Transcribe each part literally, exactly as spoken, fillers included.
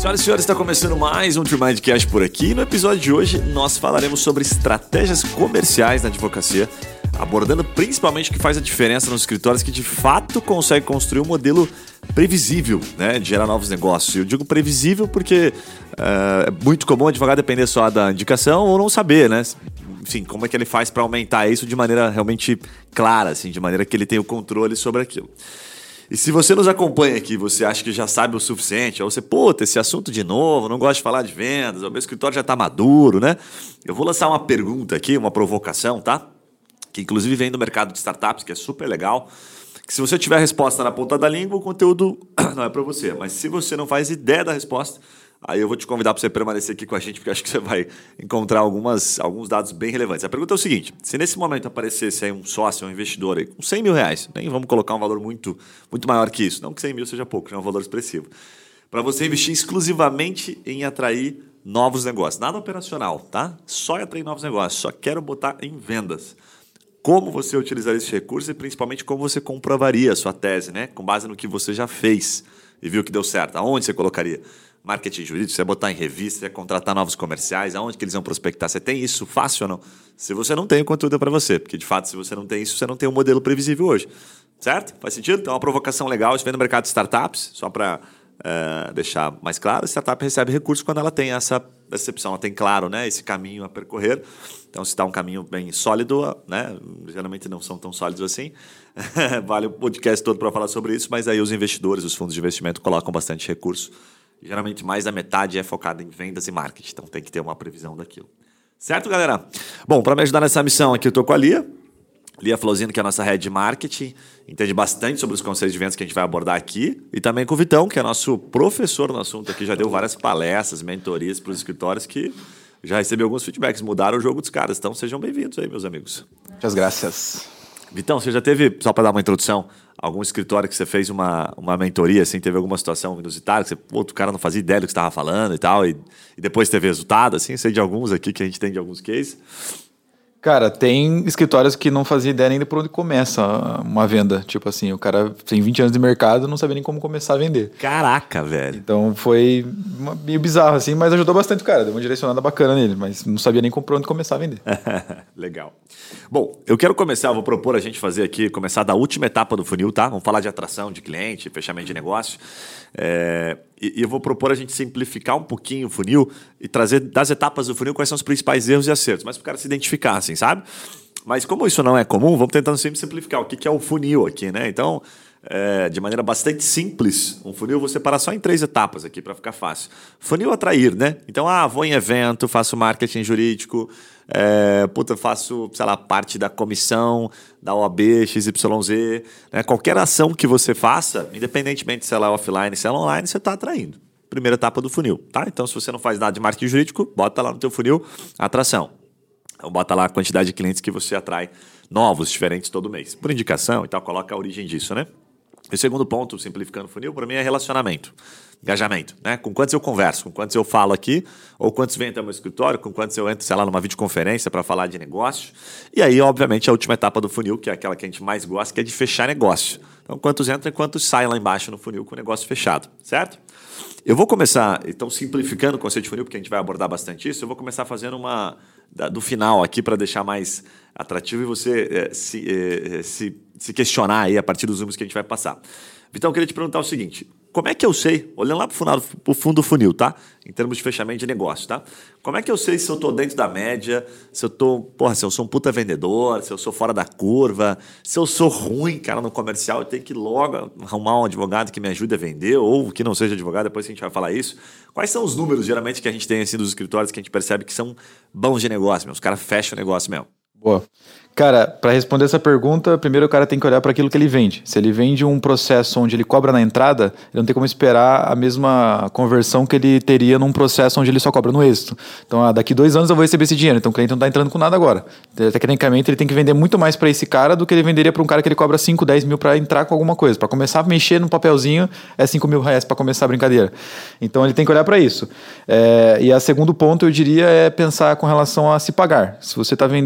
Senhoras e senhores, está começando mais um TrueMindCast por aqui. No episódio de hoje, nós falaremos sobre estratégias comerciais na advocacia, abordando principalmente o que faz a diferença nos escritórios que de fato conseguem construir um modelo previsível, né, de gerar novos negócios. Eu digo previsível porque uh, é muito comum o advogado depender só da indicação ou não saber, né? Enfim, como é que ele faz para aumentar isso de maneira realmente clara, assim, de maneira que ele tenha o controle sobre aquilo. E se você nos acompanha aqui, você acha que já sabe o suficiente, ou você, puta, esse assunto de novo, não gosto de falar de vendas, o meu escritório já está maduro, né? Eu vou lançar uma pergunta aqui, uma provocação, tá? Que inclusive vem do mercado de startups, que é super legal, que se você tiver a resposta na ponta da língua, o conteúdo não é para você. Mas se você não faz ideia da resposta, aí eu vou te convidar para você permanecer aqui com a gente, porque acho que você vai encontrar algumas, alguns dados bem relevantes. A pergunta é o seguinte: se nesse momento aparecesse aí um sócio, um investidor aí, com cem mil reais, nem vamos colocar um valor muito, muito maior que isso, não que cem mil seja pouco, já é um valor expressivo, para você investir exclusivamente em atrair novos negócios, nada operacional, tá? Só em atrair novos negócios, só quero botar em vendas. Como você utilizaria esse recurso e principalmente como você comprovaria a sua tese, né? Com base no que você já fez e viu que deu certo. Aonde você colocaria? Marketing jurídico, você ia botar em revista, você ia contratar novos comerciais, aonde que eles vão prospectar? Você tem isso fácil ou não? Se você não tem, o conteúdo é para você, porque de fato, se você não tem isso, você não tem um modelo previsível hoje. Certo? Faz sentido? Então, uma provocação legal, isso vem no mercado de startups, só para uh, deixar mais claro, a startup recebe recursos quando ela tem essa percepção, ela tem claro, né, esse caminho a percorrer. Então, se está um caminho bem sólido, né, geralmente não são tão sólidos assim, vale o podcast todo para falar sobre isso, mas aí os investidores, os fundos de investimento colocam bastante recurso. Geralmente mais da metade é focada em vendas e marketing, então tem que ter uma previsão daquilo. Certo, galera? Bom, para me ajudar nessa missão aqui, eu estou com a Lia. Lia Flauzino, que é a nossa head de marketing, entende bastante sobre os conceitos de vendas que a gente vai abordar aqui. E também com o Vitão, que é nosso professor no assunto aqui, já deu várias palestras, mentorias para os escritórios que já recebeu alguns feedbacks, mudaram o jogo dos caras. Então sejam bem-vindos aí, meus amigos. Muitas graças. Vitão, você já teve, só para dar uma introdução, algum escritório que você fez uma, uma mentoria, assim, teve alguma situação inusitada, que você, pô, o cara não fazia ideia do que você estava falando e tal, e, e depois teve resultado, assim? Sei de alguns aqui que a gente tem de alguns cases. Cara, tem escritórios que não fazia ideia nem de por onde começa uma venda. Tipo assim, o cara tem vinte anos de mercado, não sabia nem como começar a vender. Caraca, velho. Então foi uma, meio bizarro assim, mas ajudou bastante o cara. Deu uma direcionada bacana nele, mas não sabia nem por onde começar a vender. Legal. Bom, eu quero começar, eu vou propor a gente fazer aqui, começar da última etapa do funil, tá? Vamos falar de atração de cliente, fechamento de negócio. É, e, e eu vou propor a gente simplificar um pouquinho o funil e trazer das etapas do funil quais são os principais erros e acertos, mas para o cara se identificar, assim, sabe? Mas como isso não é comum, vamos tentando sempre simplificar o que, que é o funil aqui, né? Então, é, de maneira bastante simples, um funil eu vou separar só em três etapas aqui para ficar fácil. Funil atrair, né? Então, ah, vou em evento, faço marketing jurídico, é, puta, faço, sei lá, parte da comissão da O A B X Y Z, né? Qualquer ação que você faça, independentemente se ela é offline, se ela é online, você está atraindo. Primeira etapa do funil, tá? Então, se você não faz nada de marketing jurídico, bota lá no teu funil atração. Então, bota lá a quantidade de clientes que você atrai novos, diferentes todo mês. Por indicação e tal, coloca a origem disso, né? E o segundo ponto, simplificando o funil, para mim é relacionamento, engajamento, né? Com quantos eu converso, com quantos eu falo aqui, ou quantos vêm até o meu escritório, com quantos eu entro, sei lá, numa videoconferência para falar de negócio. E aí, obviamente, a última etapa do funil, que é aquela que a gente mais gosta, que é de fechar negócio. Então, quantos entram e quantos saem lá embaixo no funil com o negócio fechado, certo? Eu vou começar, então, simplificando o conceito de funil, porque a gente vai abordar bastante isso, eu vou começar fazendo uma da, do final aqui para deixar mais atrativo e você é, se, é, se, se questionar aí a partir dos números que a gente vai passar. Então, eu queria te perguntar o seguinte: como é que eu sei, olhando lá para o fundo do funil, tá? Em termos de fechamento de negócio, tá? Como é que eu sei se eu estou dentro da média, se eu tô, porra, se eu sou um puta vendedor, se eu sou fora da curva, se eu sou ruim, cara, no comercial, eu tenho que logo arrumar um advogado que me ajude a vender, ou que não seja advogado, depois a gente vai falar isso. Quais são os números, geralmente, que a gente tem assim dos escritórios que a gente percebe que são bons de negócio, meu? Os caras fecham o negócio mesmo. Boa. Cara, para responder essa pergunta, primeiro o cara tem que olhar para aquilo que ele vende. Se ele vende um processo onde ele cobra na entrada, ele não tem como esperar a mesma conversão que ele teria num processo onde ele só cobra no êxito. Então, ah, daqui dois anos eu vou receber esse dinheiro, então o cliente não está entrando com nada agora. Tecnicamente, ele tem que vender muito mais para esse cara do que ele venderia para um cara que ele cobra cinco, dez mil para entrar com alguma coisa. Para começar a mexer no papelzinho, é cinco mil reais para começar a brincadeira. Então, ele tem que olhar para isso. É, e o segundo ponto, eu diria, é pensar com relação a se pagar. Se você está vendendo, pensa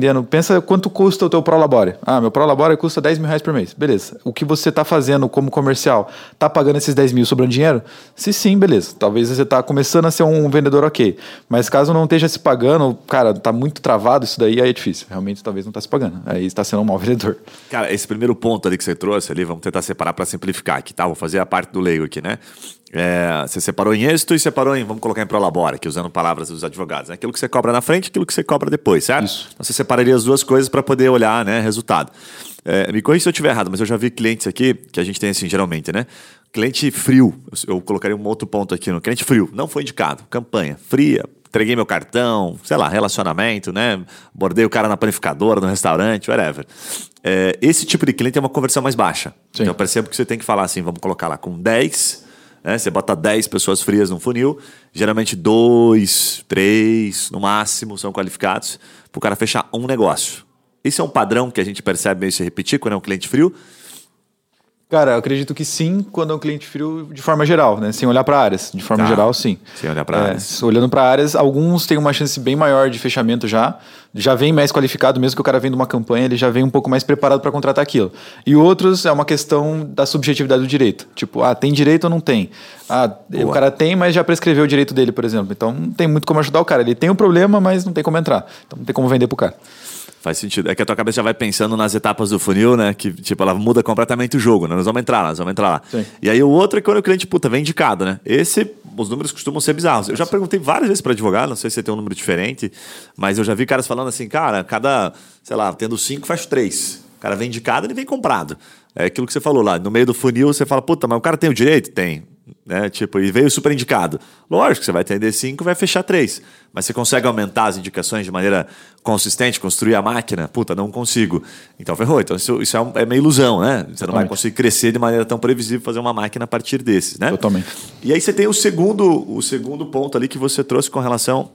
pensa quanto custa o teu Prolabore. Ah, meu Prolabore custa dez mil reais por mês. Beleza. O que você está fazendo como comercial, tá pagando esses dez mil sobrando dinheiro? Se sim, beleza. Talvez você tá começando a ser um vendedor ok. Mas caso não esteja se pagando, cara, tá muito travado isso daí, aí é difícil. Realmente talvez não tá se pagando. Aí está sendo um mau vendedor. Cara, esse primeiro ponto ali que você trouxe ali, vamos tentar separar para simplificar aqui, tá? Vou fazer a parte do leigo aqui, né? É, você separou em êxito e separou em, vamos colocar em Prolabore, aqui usando palavras dos advogados, né? Aquilo que você cobra na frente e aquilo que você cobra depois, certo? Isso. Então você separaria as duas coisas para poder olhar, né, resultado. É, me corrija se eu estiver errado, mas eu já vi clientes aqui, que a gente tem assim geralmente, né? Cliente frio, eu, eu colocaria um outro ponto aqui no cliente frio, não foi indicado, campanha fria, entreguei meu cartão, sei lá, relacionamento, né? Bordei o cara na panificadora, no restaurante, whatever. É, esse tipo de cliente tem uma conversão mais baixa. Sim. Então eu percebo que você tem que falar assim, vamos colocar lá com dez... Né? Você bota dez pessoas frias num funil, geralmente dois, três, no máximo, são qualificados para o cara fechar um negócio. Esse é um padrão que a gente percebe meio se repetir quando é um cliente frio? Cara, eu acredito que sim, quando é um cliente frio de forma geral, né? Sem olhar para áreas. De forma tá. geral, sim. Sem olhar para é, áreas. Olhando para áreas, alguns têm uma chance bem maior de fechamento já. Já vem mais qualificado, mesmo que o cara venha de uma campanha, ele já vem um pouco mais preparado para contratar aquilo. E outros é uma questão da subjetividade do direito. Tipo, ah, tem direito ou não tem? Ah, Boa. O cara tem, mas já prescreveu o direito dele, por exemplo. Então não tem muito como ajudar o cara. Ele tem um problema, mas não tem como entrar. Então não tem como vender pro cara. Faz sentido. É que a tua cabeça já vai pensando nas etapas do funil, né? Que, tipo, ela muda completamente o jogo, né? Nós vamos entrar lá, nós vamos entrar lá. Sim. E aí o outro é quando o cliente, puta, vem indicado, né? Esse, os números costumam ser bizarros. Eu já perguntei várias vezes para advogado, não sei se você tem um número diferente, mas eu já vi caras falando assim, cara, cada, sei lá, tendo cinco, faz três. O cara vem indicado, ele vem comprado. É aquilo que você falou lá. No meio do funil, você fala, puta, mas o cara tem o direito? Tem. Né? Tipo, e veio super indicado. Lógico que você vai atender cinco, vai fechar três. Mas você consegue aumentar as indicações de maneira consistente, construir a máquina? Puta, não consigo. Então ferrou. Então isso, isso é, um, é uma ilusão, né? Você Totalmente. Não vai conseguir crescer de maneira tão previsível, fazer uma máquina a partir desses, né? Totalmente. E aí você tem o segundo, o segundo ponto ali que você trouxe com relação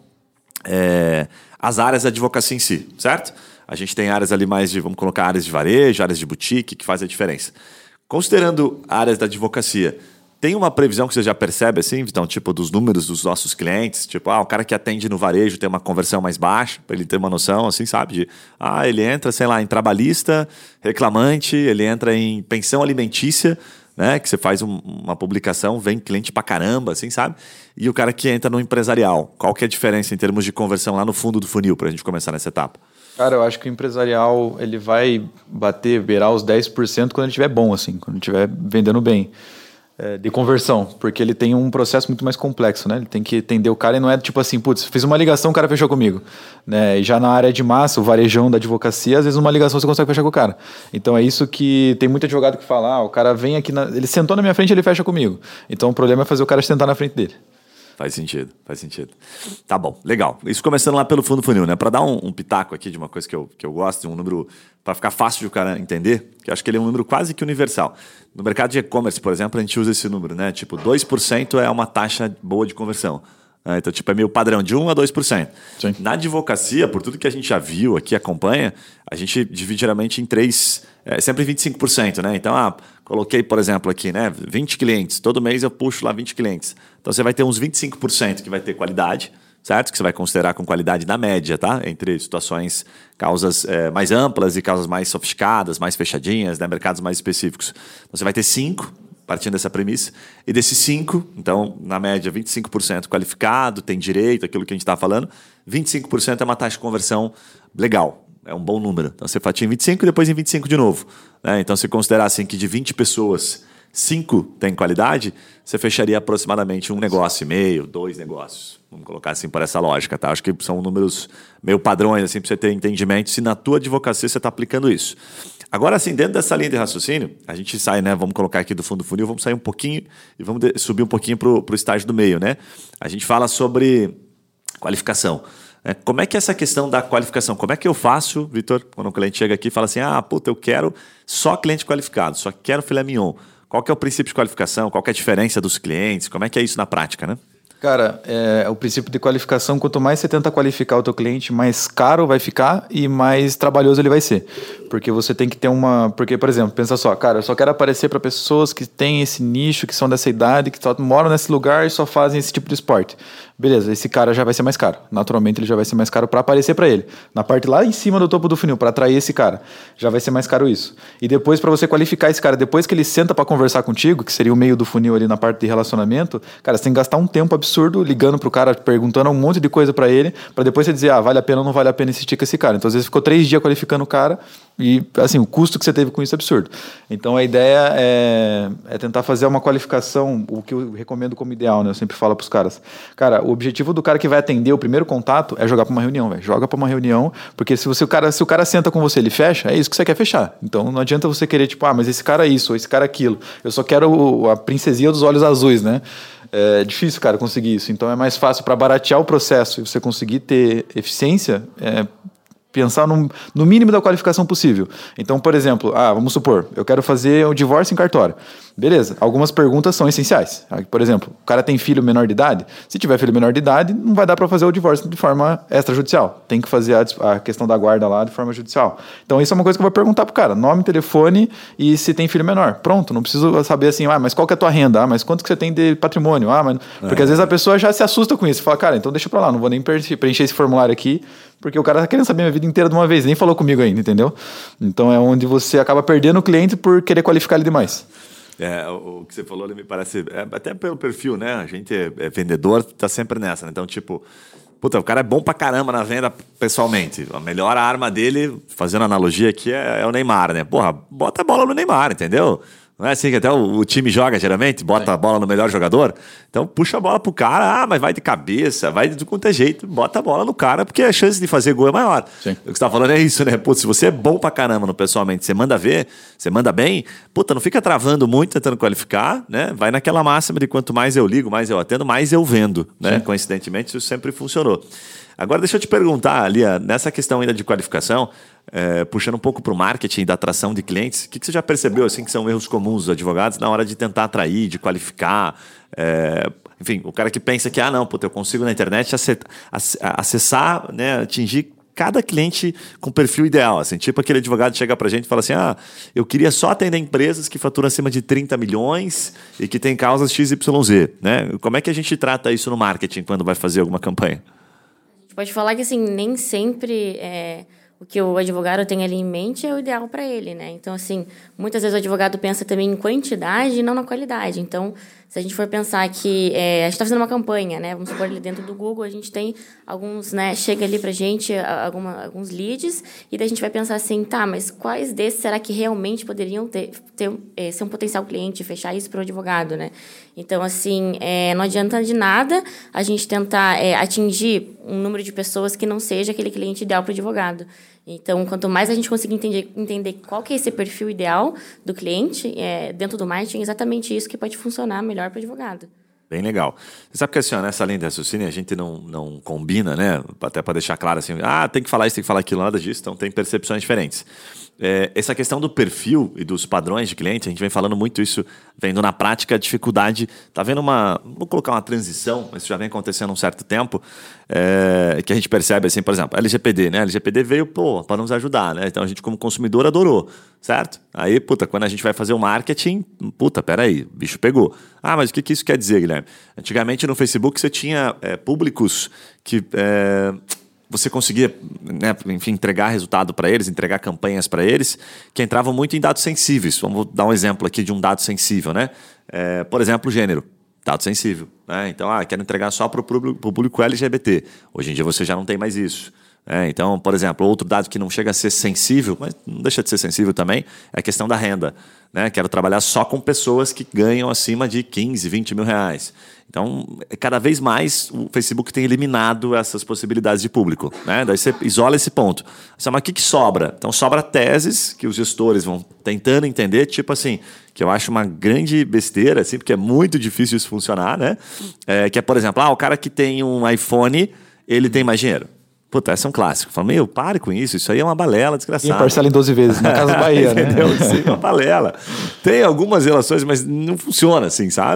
é, às áreas da advocacia em si, certo? A gente tem áreas ali mais de, vamos colocar áreas de varejo, áreas de boutique, que faz a diferença. Considerando áreas da advocacia, tem uma previsão que você já percebe, assim, então, tipo, dos números dos nossos clientes? Tipo, ah, o cara que atende no varejo tem uma conversão mais baixa, para ele ter uma noção, assim, sabe? De, ah, ele entra, sei lá, em trabalhista, reclamante, ele entra em pensão alimentícia, né? Que você faz um, uma publicação, vem cliente pra caramba, assim, sabe? E o cara que entra no empresarial. Qual que é a diferença em termos de conversão lá no fundo do funil, pra gente começar nessa etapa? Cara, eu acho que o empresarial, ele vai bater, beirar os dez por cento quando ele estiver bom, assim, quando ele estiver vendendo bem. É, de conversão, porque ele tem um processo muito mais complexo, né? Ele tem que entender o cara e não é tipo assim, putz, fiz uma ligação, o cara fechou comigo, né? E já na área de massa, o varejão da advocacia, às vezes uma ligação você consegue fechar com o cara. Então é isso que tem muito advogado que fala, ah, o cara vem aqui, na... ele sentou na minha frente, ele fecha comigo. Então o problema é fazer o cara sentar na frente dele. Faz sentido, faz sentido. Tá bom, legal. Isso começando lá pelo fundo do funil, né? Para dar um, um pitaco aqui de uma coisa que eu, que eu gosto, de um número para ficar fácil de o cara entender, que eu acho que ele é um número quase que universal. No mercado de e-commerce, por exemplo, a gente usa esse número, né? Tipo, dois por cento é uma taxa boa de conversão. Né? Então, tipo, é meio padrão, de um a dois por cento. Sim. Na advocacia, por tudo que a gente já viu aqui, acompanha, a gente divide geralmente em três, é, sempre vinte e cinco por cento, né? Então, ah, coloquei, por exemplo, aqui, né? vinte clientes. Todo mês eu puxo lá vinte clientes. Então, você vai ter uns vinte e cinco por cento que vai ter qualidade, certo? Que você vai considerar com qualidade na média, tá? Entre situações, causas é, mais amplas e causas mais sofisticadas, mais fechadinhas, né? Mercados mais específicos. Então, você vai ter cinco, partindo dessa premissa. E desses cinco, então, na média, vinte e cinco por cento qualificado, tem direito, aquilo que a gente está falando. vinte e cinco por cento é uma taxa de conversão legal. É um bom número. Então, você fatia em vinte e cinco e depois em vinte e cinco de novo. Né? Então, se considerar assim, que de vinte pessoas, cinco tem qualidade, você fecharia aproximadamente um negócio e meio, dois negócios. Vamos colocar assim por essa lógica. Tá? Acho que são números meio padrões assim, para você ter entendimento se na tua advocacia você está aplicando isso. Agora, assim, dentro dessa linha de raciocínio, a gente sai, né? Vamos colocar aqui do fundo do funil, vamos sair um pouquinho e vamos de- subir um pouquinho para o estágio do meio. Né? A gente fala sobre qualificação. Como é que é essa questão da qualificação? Como é que eu faço, Vitor, quando o cliente chega aqui e fala assim, ah, puta, eu quero só cliente qualificado, só quero filé mignon. Qual que é o princípio de qualificação? Qual que é a diferença dos clientes? Como é que é isso na prática, né? Cara, é, o princípio de qualificação, quanto mais você tenta qualificar o teu cliente, mais caro vai ficar e mais trabalhoso ele vai ser. Porque você tem que ter uma... Porque, por exemplo, pensa só, cara, eu só quero aparecer para pessoas que têm esse nicho, que são dessa idade, que só moram nesse lugar e só fazem esse tipo de esporte. Beleza, esse cara já vai ser mais caro. Naturalmente ele já vai ser mais caro para aparecer para ele. Na parte lá em cima do topo do funil, para atrair esse cara, já vai ser mais caro isso. E depois para você qualificar esse cara, depois que ele senta para conversar contigo, que seria o meio do funil ali na parte de relacionamento, cara, você tem que gastar um tempo absurdo ligando pro cara, perguntando um monte de coisa para ele, para depois você dizer, ah, vale a pena ou não vale a pena insistir com esse cara. Então às vezes ficou três dias qualificando o cara e assim, o custo que você teve com isso é absurdo. Então a ideia é, é tentar fazer uma qualificação, o que eu recomendo como ideal, né? Eu sempre falo pros caras, cara, o objetivo do cara que vai atender o primeiro contato é jogar para uma reunião, velho. Joga para uma reunião, porque se você o cara, se o cara senta com você, ele fecha, é isso que você quer fechar. Então não adianta você querer tipo, ah, mas esse cara é isso, ou esse cara é aquilo. Eu só quero o, a princesinha dos olhos azuis, né? É difícil, cara, conseguir isso. Então é mais fácil para baratear o processo e você conseguir ter eficiência, é pensar no, no mínimo da qualificação possível. Então, por exemplo, ah, vamos supor, eu quero fazer o divórcio em cartório. Beleza, algumas perguntas são essenciais. Por exemplo, o cara tem filho menor de idade? Se tiver filho menor de idade, não vai dar para fazer o divórcio de forma extrajudicial. Tem que fazer a, a questão da guarda lá de forma judicial. Então, isso é uma coisa que eu vou perguntar pro cara. Nome, telefone e se tem filho menor. Pronto, não preciso saber assim, ah, mas qual que é a tua renda? Ah, mas quanto que você tem de patrimônio? Ah, mas... Porque é. às vezes a pessoa já se assusta com isso. Fala, cara, então deixa pra lá, não vou nem preencher esse formulário aqui, porque o cara tá querendo saber a minha vida inteira de uma vez, nem falou comigo ainda, entendeu? Então é onde você acaba perdendo o cliente por querer qualificar ele demais. É, o, o que você falou ali me parece, é, até pelo perfil, né? A gente é, é vendedor, tá sempre nessa, né? Então, tipo, puta, o cara é bom pra caramba na venda pessoalmente. A melhor arma dele, fazendo analogia aqui, é, é o Neymar, né? Porra, bota a bola no Neymar, entendeu? Não é assim que até o, o time joga, geralmente? Bota é. a bola no melhor jogador? Então, puxa a bola pro cara. Ah, mas vai de cabeça, vai de qualquer jeito. Bota a bola no cara, porque a chance de fazer gol é maior. Sim. O que você tá falando é isso, né? Putz, se você é bom pra caramba no pessoalmente, você manda ver, você manda bem, puta, não fica travando muito tentando qualificar, né? Vai naquela máxima de quanto mais eu ligo, mais eu atendo, mais eu vendo, né? Sim. Coincidentemente, isso sempre funcionou. Agora, deixa eu te perguntar, Lia, nessa questão ainda de qualificação, é, puxando um pouco para o marketing da atração de clientes, o que, que você já percebeu assim, que são erros comuns dos advogados na hora de tentar atrair, de qualificar? É, enfim, o cara que pensa que, ah, não, puta, eu consigo na internet acessar, né, atingir cada cliente com perfil ideal. Assim, tipo aquele advogado chega para a gente e fala assim, ah, eu queria só atender empresas que faturam acima de trinta milhões e que tem causas X Y Z. Né? Como é que a gente trata isso no marketing quando vai fazer alguma campanha? Pode falar que, assim, nem sempre é, o que o advogado tem ali em mente é o ideal para ele, né? Então, assim, muitas vezes o advogado pensa também em quantidade e não na qualidade. Então, se a gente for pensar que é, a gente está fazendo uma campanha, né? Vamos supor ali dentro do Google, a gente tem alguns, né? Chega ali para a gente alguma, alguns leads e daí a gente vai pensar assim, tá, mas quais desses será que realmente poderiam ter, ter é, ser um potencial cliente, fechar isso para o advogado, né? Então, assim, é, não adianta de nada a gente tentar é, atingir um número de pessoas que não seja aquele cliente ideal para o advogado. Então, quanto mais a gente conseguir entender, entender qual que é esse perfil ideal do cliente é, dentro do marketing, é exatamente isso que pode funcionar melhor para o advogado. Bem legal. Você sabe que assim, ó, nessa linha de raciocínio a gente não, não combina, né? Até para deixar claro assim, ah, tem que falar isso, tem que falar aquilo, nada disso, então tem percepções diferentes. É, essa questão do perfil e dos padrões de cliente, a gente vem falando muito isso, vendo na prática a dificuldade, tá vendo uma, vou colocar uma transição, mas isso já vem acontecendo há um certo tempo, é, que a gente percebe assim, por exemplo, L G P D, né? L G P D veio, pô, para nos ajudar, né? Então a gente como consumidor adorou, certo? Aí, puta, quando a gente vai fazer o marketing, puta, peraí, o bicho pegou. Ah, mas o que, que isso quer dizer, Guilherme? Antigamente no Facebook você tinha é, públicos que... É, você conseguia, né, enfim, entregar resultado para eles, entregar campanhas para eles, que entravam muito em dados sensíveis. Vamos dar um exemplo aqui de um dado sensível, né? É, por exemplo, gênero, dado sensível. Né? Então, ah, quero entregar só para o público L G B T. Hoje em dia você já não tem mais isso. É, então, por exemplo, outro dado que não chega a ser sensível, mas não deixa de ser sensível também, é a questão da renda. Né? Quero trabalhar só com pessoas que ganham acima de quinze, vinte mil reais. Então, cada vez mais o Facebook tem eliminado essas possibilidades de público. Né? Daí você isola esse ponto. Mas o que, que sobra? Então, sobra teses que os gestores vão tentando entender, tipo assim, que eu acho uma grande besteira, assim, porque é muito difícil isso funcionar, né? É, que é, por exemplo, ah, o cara que tem um iPhone, ele tem mais dinheiro. Puta, essa é um clássico. Fala, meu, pare com isso, isso aí é uma balela desgraçada. E parcela em doze vezes, na Casa Bahia, né? Entendeu? Sim, é uma balela. Tem algumas relações, mas não funciona assim, sabe?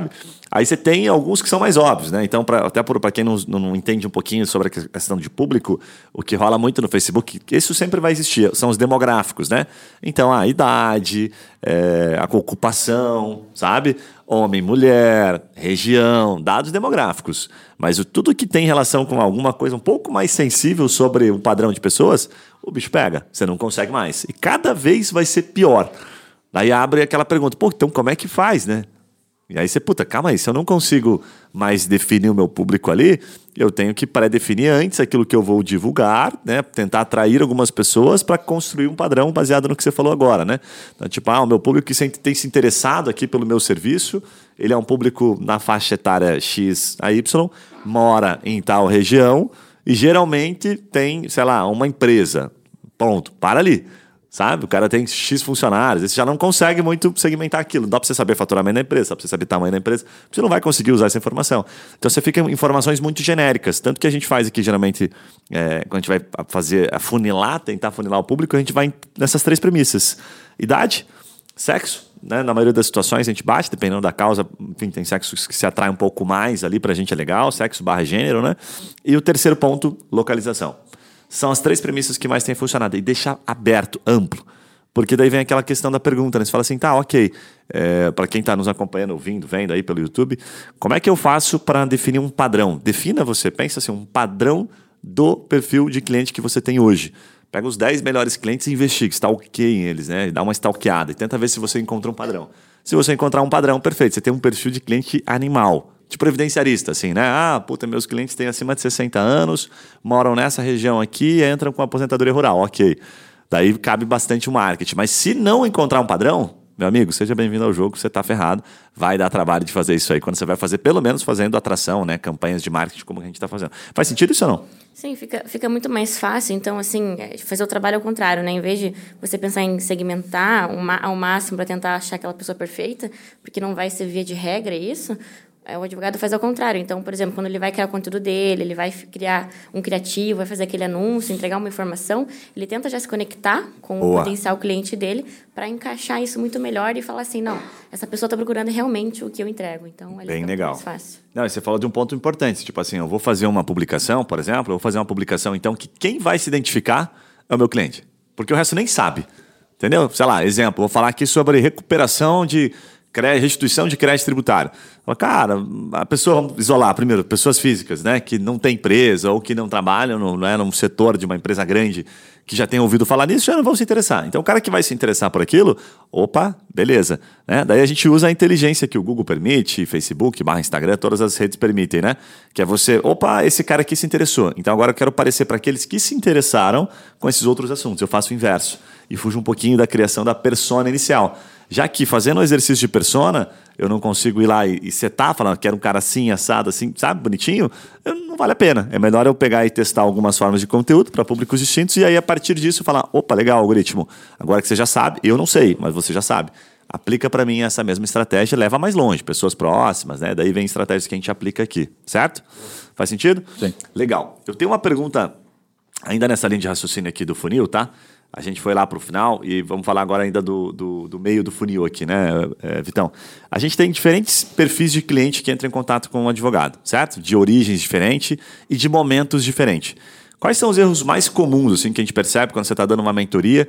Aí você tem alguns que são mais óbvios, né? Então, pra, até para quem não, não entende um pouquinho sobre a questão de público, o que rola muito no Facebook, isso sempre vai existir, são os demográficos, né? Então, a idade, é, a ocupação, sabe? Homem, mulher, região, dados demográficos. Mas o, tudo que tem relação com alguma coisa um pouco mais sensível sobre o padrão de pessoas, o bicho pega, você não consegue mais. E cada vez vai ser pior. Daí abre aquela pergunta, pô, então como é que faz, né? E aí você, puta, calma aí, se eu não consigo mais definir o meu público ali, eu tenho que pré-definir antes aquilo que eu vou divulgar, né? Tentar atrair algumas pessoas para construir um padrão baseado no que você falou agora, né? Então, tipo, ah, o meu público que tem se interessado aqui pelo meu serviço, ele é um público na faixa etária X a Y, mora em tal região e geralmente tem, sei lá, uma empresa. Ponto, para ali. Sabe? O cara tem X funcionários, você já não consegue muito segmentar aquilo. Dá para você saber faturamento da empresa, dá para você saber tamanho da empresa, você não vai conseguir usar essa informação. Então você fica em informações muito genéricas. Tanto que a gente faz aqui, geralmente, é, quando a gente vai fazer, afunilar, tentar afunilar o público, a gente vai nessas três premissas: idade, sexo, né? Na maioria das situações a gente bate, dependendo da causa, enfim, tem sexos que se atraem um pouco mais ali, pra gente é legal, sexo barra gênero, né? E o terceiro ponto, localização. São as três premissas que mais têm funcionado. E deixar aberto, amplo. Porque daí vem aquela questão da pergunta, né? Você fala assim, tá, ok. É, para quem está nos acompanhando, ouvindo, vendo aí pelo YouTube, como é que eu faço para definir um padrão? Defina você, pensa assim, um padrão do perfil de cliente que você tem hoje. Pega os dez melhores clientes e investiga, stalkeia eles, né? Dá uma stalkeada e tenta ver se você encontra um padrão. Se você encontrar um padrão, perfeito. Você tem um perfil de cliente animal. De previdenciarista, assim, né? Ah, puta, meus clientes têm acima de sessenta anos, moram nessa região aqui e entram com aposentadoria rural. Ok. Daí cabe bastante o marketing. Mas se não encontrar um padrão, meu amigo, seja bem-vindo ao jogo, você tá ferrado. Vai dar trabalho de fazer isso aí. Quando você vai fazer, pelo menos fazendo atração, né? Campanhas de marketing como a gente tá fazendo. Faz sentido isso ou não? Sim, fica, fica muito mais fácil. Então, assim, fazer o trabalho ao contrário, né? Em vez de você pensar em segmentar ao máximo para tentar achar aquela pessoa perfeita, porque não vai ser via de regra isso, o advogado faz ao contrário. Então, por exemplo, quando ele vai criar o conteúdo dele, ele vai criar um criativo, vai fazer aquele anúncio, entregar uma informação, ele tenta já se conectar com Boa. o potencial cliente dele para encaixar isso muito melhor e falar assim, não, essa pessoa está procurando realmente o que eu entrego. Então, ali Bem fica legal. mais fácil. Não, você falou de um ponto importante, tipo assim, eu vou fazer uma publicação, por exemplo, eu vou fazer uma publicação, então, que quem vai se identificar é o meu cliente. Porque o resto nem sabe. Entendeu? Sei lá, exemplo, vou falar aqui sobre recuperação de restituição de crédito tributário. Cara, a pessoa, vamos isolar primeiro, pessoas físicas, né, que não tem empresa ou que não trabalham no, né, num setor de uma empresa grande que já tem ouvido falar nisso, já não vão se interessar. Então, o cara que vai se interessar por aquilo, opa, beleza. Né? Daí a gente usa a inteligência que o Google permite, Facebook, barra Instagram, todas as redes permitem, né? Que é você, opa, esse cara aqui se interessou. Então, agora eu quero aparecer para aqueles que se interessaram com esses outros assuntos. Eu faço o inverso e fujo um pouquinho da criação da persona inicial. Já que fazendo o exercício de persona, eu não consigo ir lá e, e setar, falando que era um cara assim, assado, assim, sabe, bonitinho, eu, não vale a pena. É melhor eu pegar e testar algumas formas de conteúdo para públicos distintos e aí, a partir disso, falar, opa, legal, algoritmo. Agora que você já sabe, eu não sei, mas você já sabe. Aplica para mim essa mesma estratégia e leva mais longe, pessoas próximas, né? Daí vem estratégias que a gente aplica aqui, certo? Faz sentido? Sim. Legal. Eu tenho uma pergunta ainda nessa linha de raciocínio aqui do funil, tá? A gente foi lá para o final e vamos falar agora ainda do, do, do meio do funil aqui, né, é, Vitão? A gente tem diferentes perfis de cliente que entram em contato com um advogado, certo? De origens diferentes e de momentos diferentes. Quais são os erros mais comuns assim, que a gente percebe quando você está dando uma mentoria?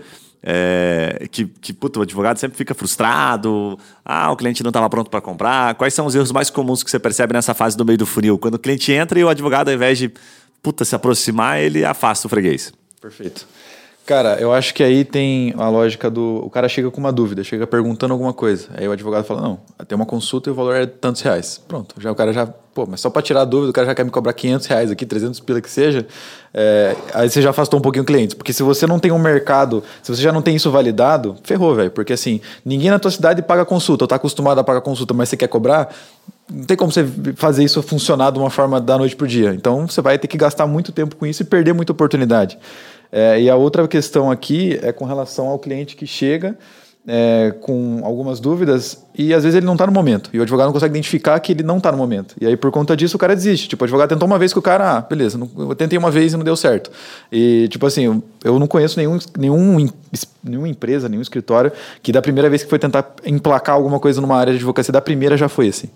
É, que, que puta, o advogado sempre fica frustrado, ah, o cliente não estava pronto para comprar. Quais são os erros mais comuns que você percebe nessa fase do meio do funil? Quando o cliente entra e o advogado, ao invés de puta, se aproximar, ele afasta o freguês. Perfeito. Cara, eu acho que aí tem a lógica do... O cara chega com uma dúvida, chega perguntando alguma coisa. Aí o advogado fala, não, tem uma consulta e o valor é tantos reais. Pronto, já o cara já... Pô, mas só para tirar a dúvida, o cara já quer me cobrar quinhentos reais aqui, trezentos pila que seja. É, aí você já afastou um pouquinho o cliente. Porque se você não tem um mercado, se você já não tem isso validado, ferrou, velho. Porque assim, ninguém na tua cidade paga consulta, ou tá acostumado a pagar consulta, mas você quer cobrar... Não tem como você fazer isso funcionar de uma forma da noite pro dia. Então, você vai ter que gastar muito tempo com isso e perder muita oportunidade. É, e a outra questão aqui é com relação ao cliente que chega é, com algumas dúvidas e às vezes ele não está no momento. E o advogado não consegue identificar que ele não está no momento. E aí, por conta disso, o cara desiste. Tipo, o advogado tentou uma vez que o cara, ah, beleza, não, eu tentei uma vez e não deu certo. E, tipo assim, eu não conheço nenhum, nenhum, nenhuma empresa, nenhum escritório que da primeira vez que foi tentar emplacar alguma coisa numa área de advocacia, da primeira já foi assim.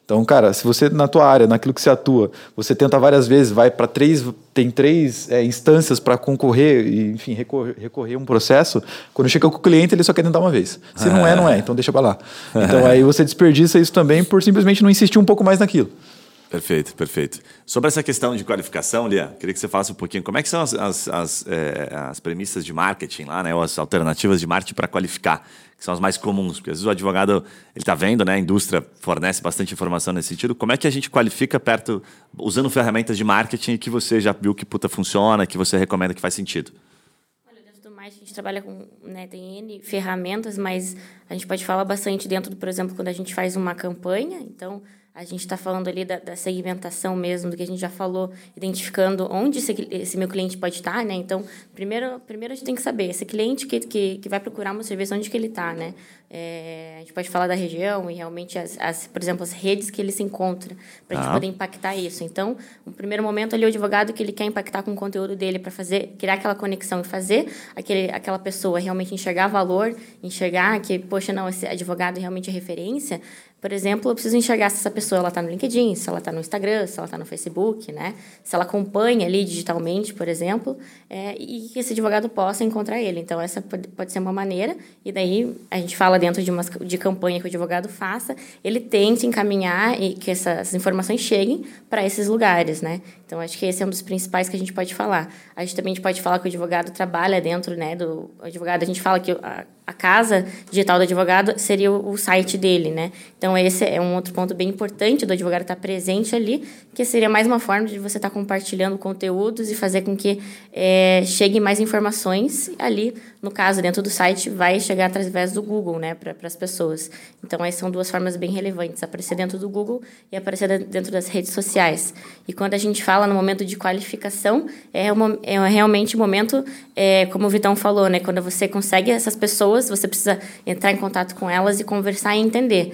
Então, cara, se você na tua área, naquilo que você atua, você tenta várias vezes, vai para três, tem três é, instâncias para concorrer e, enfim, recorrer, recorrer um processo, quando chega com o cliente, ele só quer tentar uma vez. Se é. não é, não é, então deixa para lá. Então, aí você desperdiça isso também por simplesmente não insistir um pouco mais naquilo. Perfeito, perfeito. Sobre essa questão de qualificação, Lia, queria que você falasse um pouquinho como é que são as, as, as, é, as premissas de marketing lá, né, ou as alternativas de marketing para qualificar, que são as mais comuns, porque às vezes o advogado ele está vendo, né, a indústria fornece bastante informação nesse sentido. Como é que a gente qualifica perto, usando ferramentas de marketing que você já viu que puta funciona, que você recomenda que faz sentido? Olha, dentro do mais a gente trabalha com, né, tem N ferramentas, mas a gente pode falar bastante dentro do, por exemplo, quando a gente faz uma campanha, então a gente está falando ali da, da segmentação mesmo, do que a gente já falou, identificando onde esse, esse meu cliente pode estar, né? Então, primeiro, primeiro a gente tem que saber, esse cliente que, que, que vai procurar um serviço, onde que ele está, né? É, a gente pode falar da região e realmente, as, as, por exemplo, as redes que ele se encontra, para a gente ah. poder impactar isso. Então, no primeiro momento ali, o advogado que ele quer impactar com o conteúdo dele para fazer, criar aquela conexão e fazer aquele, aquela pessoa realmente enxergar valor, enxergar que, poxa, não, esse advogado realmente é referência. Por exemplo, eu preciso enxergar se essa pessoa está no LinkedIn, se ela está no Instagram, se ela está no Facebook, né? Se ela acompanha ali digitalmente, por exemplo, é, e que esse advogado possa encontrar ele. Então, essa pode, pode ser uma maneira. E daí, a gente fala dentro de uma de campanha que o advogado faça, ele tente encaminhar e que essas informações cheguem para esses lugares, né? Então, acho que esse é um dos principais que a gente pode falar. A gente também pode falar que o advogado trabalha dentro, né, do o advogado. A gente fala que a, a casa digital do advogado seria o, o site dele, né? Então, esse é um outro ponto bem importante do advogado estar presente ali, que seria mais uma forma de você estar compartilhando conteúdos e fazer com que é, chegue mais informações ali. No caso, dentro do site, vai chegar através do Google, né, para as pessoas. Então, essas são duas formas bem relevantes, aparecer dentro do Google e aparecer dentro das redes sociais. E quando a gente fala no momento de qualificação, é, uma, é realmente o um momento, é, como o Vitão falou, né, quando você consegue essas pessoas, você precisa entrar em contato com elas e conversar e entender.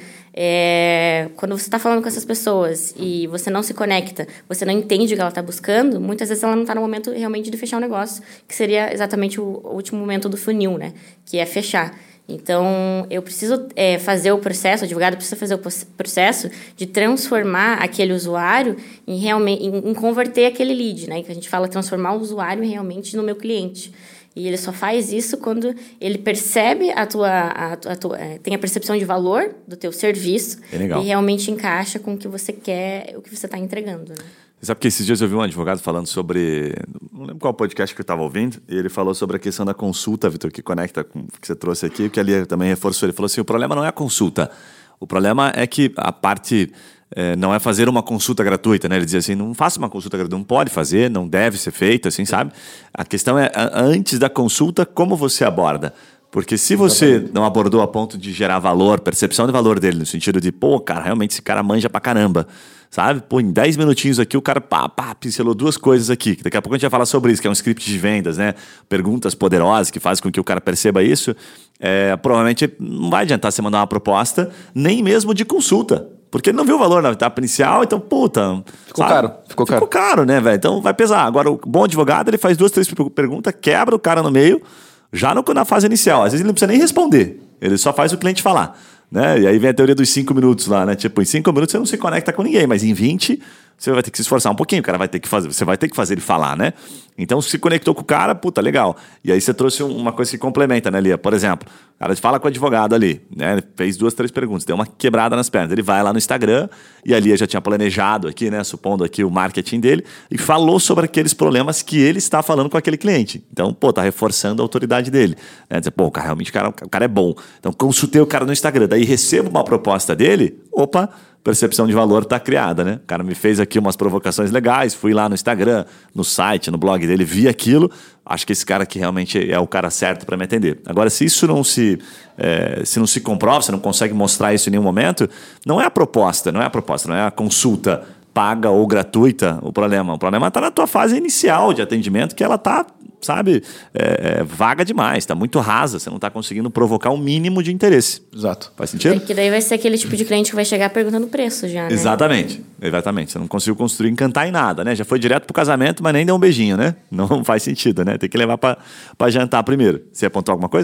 É, quando você está falando com essas pessoas e você não se conecta, você não entende o que ela está buscando, muitas vezes ela não está no momento realmente de fechar o negócio, que seria exatamente o último momento do funil, né? Que é fechar. Então, eu preciso é, fazer o processo, o advogado precisa fazer o processo de transformar aquele usuário em, realmente, em, em converter aquele lead, né? Que a gente fala transformar o usuário realmente no meu cliente. E ele só faz isso quando ele percebe a tua, a, a tua, tem a percepção de valor do teu serviço e realmente encaixa com o que você quer, o que você está entregando, né? Você sabe que esses dias eu vi um advogado falando sobre, não lembro qual podcast que eu estava ouvindo, e ele falou sobre a questão da consulta, Vitor, que conecta com o que você trouxe aqui, que ali também reforçou. Ele falou assim, o problema não é a consulta, o problema é que a parte... É, não é fazer uma consulta gratuita, né? Ele dizia assim, não faça uma consulta gratuita, não pode fazer, não deve ser feita, assim, sabe? A questão é, antes da consulta, como você aborda? Porque se você não abordou a ponto de gerar valor, percepção de valor dele, no sentido de, pô, cara, realmente esse cara manja pra caramba, sabe? Pô, em dez minutinhos aqui o cara, pá, pá, pincelou duas coisas aqui, que daqui a pouco a gente vai falar sobre isso, que é um script de vendas, né? Perguntas poderosas que fazem com que o cara perceba isso. É, provavelmente não vai adiantar você mandar uma proposta, nem mesmo de consulta. Porque ele não viu o valor na etapa inicial, então, puta... Ficou sabe? caro. Ficou caro. Ficou caro, né, velho? Então vai pesar. Agora, o bom advogado, ele faz duas, três perguntas, quebra o cara no meio, já no, na fase inicial. Às vezes ele não precisa nem responder. Ele só faz o cliente falar, né? E aí vem a teoria dos cinco minutos lá, né? Tipo, em cinco minutos você não se conecta com ninguém, mas em vinte... você vai ter que se esforçar um pouquinho, o cara vai ter que fazer, você vai ter que fazer ele falar, né? Então, se conectou com o cara, puta, legal. E aí você trouxe uma coisa que complementa, né, Lia? Por exemplo, o cara fala com o advogado ali, né? Ele fez duas, três perguntas, deu uma quebrada nas pernas. Ele vai lá no Instagram, e a Lia já tinha planejado aqui, né? Supondo aqui o marketing dele, e falou sobre aqueles problemas que ele está falando com aquele cliente. Então, pô, tá reforçando a autoridade dele. Né? Dizer, pô, o cara, realmente o cara, o cara é bom. Então, consultei o cara no Instagram, daí recebo uma proposta dele, opa... percepção de valor está criada, né? O cara me fez aqui umas provocações legais, fui lá no Instagram, no site, no blog dele, vi aquilo, acho que esse cara aqui realmente é o cara certo para me atender. Agora, se isso não se, é, se não se comprova, você não consegue mostrar isso em nenhum momento, não é a proposta, não é a proposta, não é a consulta paga ou gratuita o problema. O problema está na tua fase inicial de atendimento, que ela está, sabe, é, é, vaga demais, está muito rasa, você não está conseguindo provocar um mínimo de interesse. Exato. Faz sentido? É que daí vai ser aquele tipo de cliente que vai chegar perguntando o preço já, né? Exatamente, exatamente. Você não conseguiu construir, encantar em nada, né? Já foi direto pro casamento, mas nem deu um beijinho, né? Não faz sentido, né? Tem que levar para jantar primeiro. Você ia apontar alguma coisa, mano?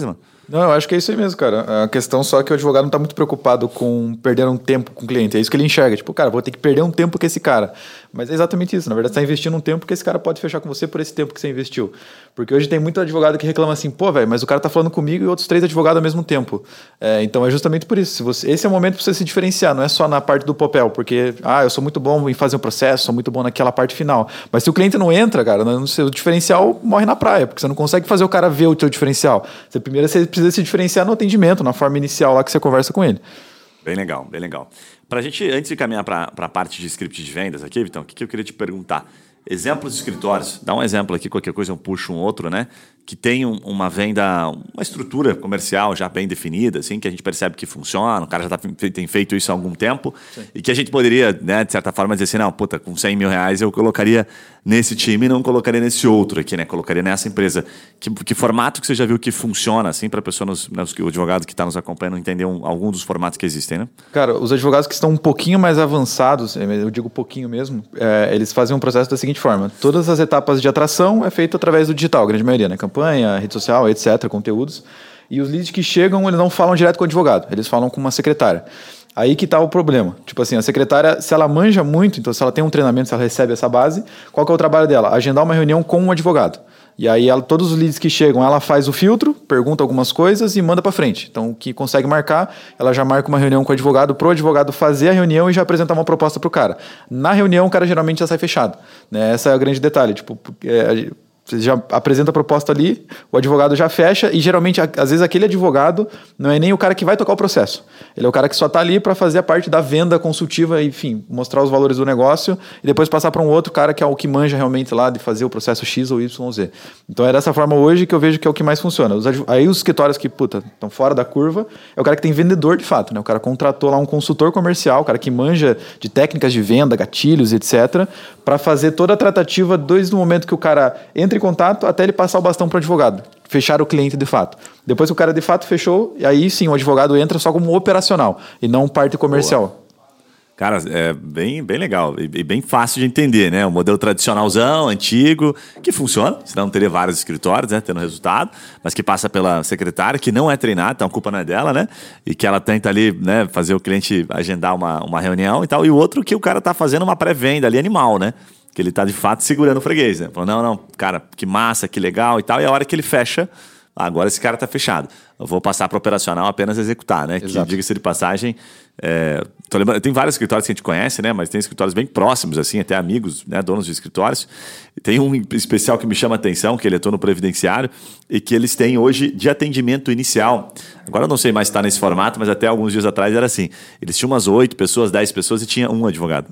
Não, eu acho que é isso aí mesmo, cara. A questão só é que o advogado não está muito preocupado com perder um tempo com o cliente. É isso que ele enxerga. Tipo, cara, vou ter que perder um tempo com esse cara. Mas é exatamente isso. Na verdade, você está investindo um tempo que esse cara pode fechar com você por esse tempo que você investiu. Porque hoje tem muito advogado que reclama assim, pô, velho, mas o cara tá falando comigo e outros três advogados ao mesmo tempo. É, então é justamente por isso. Se você, esse é o momento para você se diferenciar, não é só na parte do papel, porque, ah, eu sou muito bom em fazer um processo, sou muito bom naquela parte final. Mas se o cliente não entra, cara, o seu diferencial morre na praia, porque você não consegue fazer o cara ver o seu diferencial. Você primeiro você precisa se diferenciar no atendimento, na forma inicial lá que você conversa com ele. Bem legal, bem legal. Para a gente, antes de caminhar para a parte de script de vendas aqui, Vitão, o que, que eu queria te perguntar? Exemplos de escritórios. Dá um exemplo aqui, qualquer coisa eu puxo um outro, né? Que tem um, uma venda, uma estrutura comercial já bem definida, assim, que a gente percebe que funciona, o cara já tá, tem feito isso há algum tempo. Sim. E que a gente poderia, né, de certa forma, dizer assim, não, puta, com cem mil reais eu colocaria nesse time e não colocaria nesse outro aqui, né? Colocaria nessa empresa. Que, que formato que você já viu que funciona, assim, para a pessoa, nos, né, o advogado que está nos acompanhando entender um, algum dos formatos que existem, né? Cara, os advogados que estão um pouquinho mais avançados, eu digo pouquinho mesmo, é, eles fazem um processo da seguinte forma. Todas as etapas de atração é feito através do digital, a grande maioria, né? Campanha, rede social, etcétera, conteúdos. E os leads que chegam, eles não falam direto com o advogado, eles falam com uma secretária. Aí que está o problema. Tipo assim, a secretária, se ela manja muito, então se ela tem um treinamento, se ela recebe essa base, qual que é o trabalho dela? Agendar uma reunião com um advogado. E aí ela, todos os leads que chegam, ela faz o filtro, pergunta algumas coisas e manda para frente. Então, o que consegue marcar, ela já marca uma reunião com o advogado, pro advogado fazer a reunião e já apresentar uma proposta pro cara. Na reunião, o cara geralmente já sai fechado. Né? Esse é o grande detalhe. Tipo, é, você já apresenta a proposta ali, o advogado já fecha e geralmente, às vezes, aquele advogado não é nem o cara que vai tocar o processo. Ele é o cara que só está ali para fazer a parte da venda consultiva, enfim, mostrar os valores do negócio e depois passar para um outro cara que é o que manja realmente lá de fazer o processo X ou Y Z. Então é dessa forma hoje que eu vejo que é o que mais funciona. Os adv... Aí os escritórios que, puta, estão fora da curva, é o cara que tem vendedor de fato, né? O cara contratou lá um consultor comercial, o cara que manja de técnicas de venda, gatilhos, etcétera, para fazer toda a tratativa desde o momento que o cara entra em contato até ele passar o bastão para o advogado, fechar o cliente de fato. Depois que o cara de fato fechou, e aí sim o advogado entra só como operacional e não parte comercial. Boa. Cara, é bem, bem legal e bem fácil de entender, né? O modelo tradicionalzão, antigo, que funciona, senão teria vários escritórios, né, tendo resultado, mas que passa pela secretária, que não é treinada, então a culpa não é dela, né? E que ela tenta ali, né, fazer o cliente agendar uma, uma reunião e tal. E o outro que o cara tá fazendo uma pré-venda ali animal, né? Que ele tá de fato segurando o freguês, né? Falando, não, não, cara, que massa, que legal e tal. E a hora que ele fecha, agora esse cara tá fechado. Eu vou passar para operacional apenas executar, né? Exato. Que, diga-se de passagem, é, tô lembrando, tem vários escritórios que a gente conhece, né? Mas tem escritórios bem próximos, assim, até amigos, né? Donos de escritórios. Tem um especial que me chama a atenção, que ele atua no previdenciário e que eles têm hoje de atendimento inicial. Agora eu não sei mais se está nesse formato, mas até alguns dias atrás era assim. Eles tinham umas oito pessoas, dez pessoas e tinha um advogado.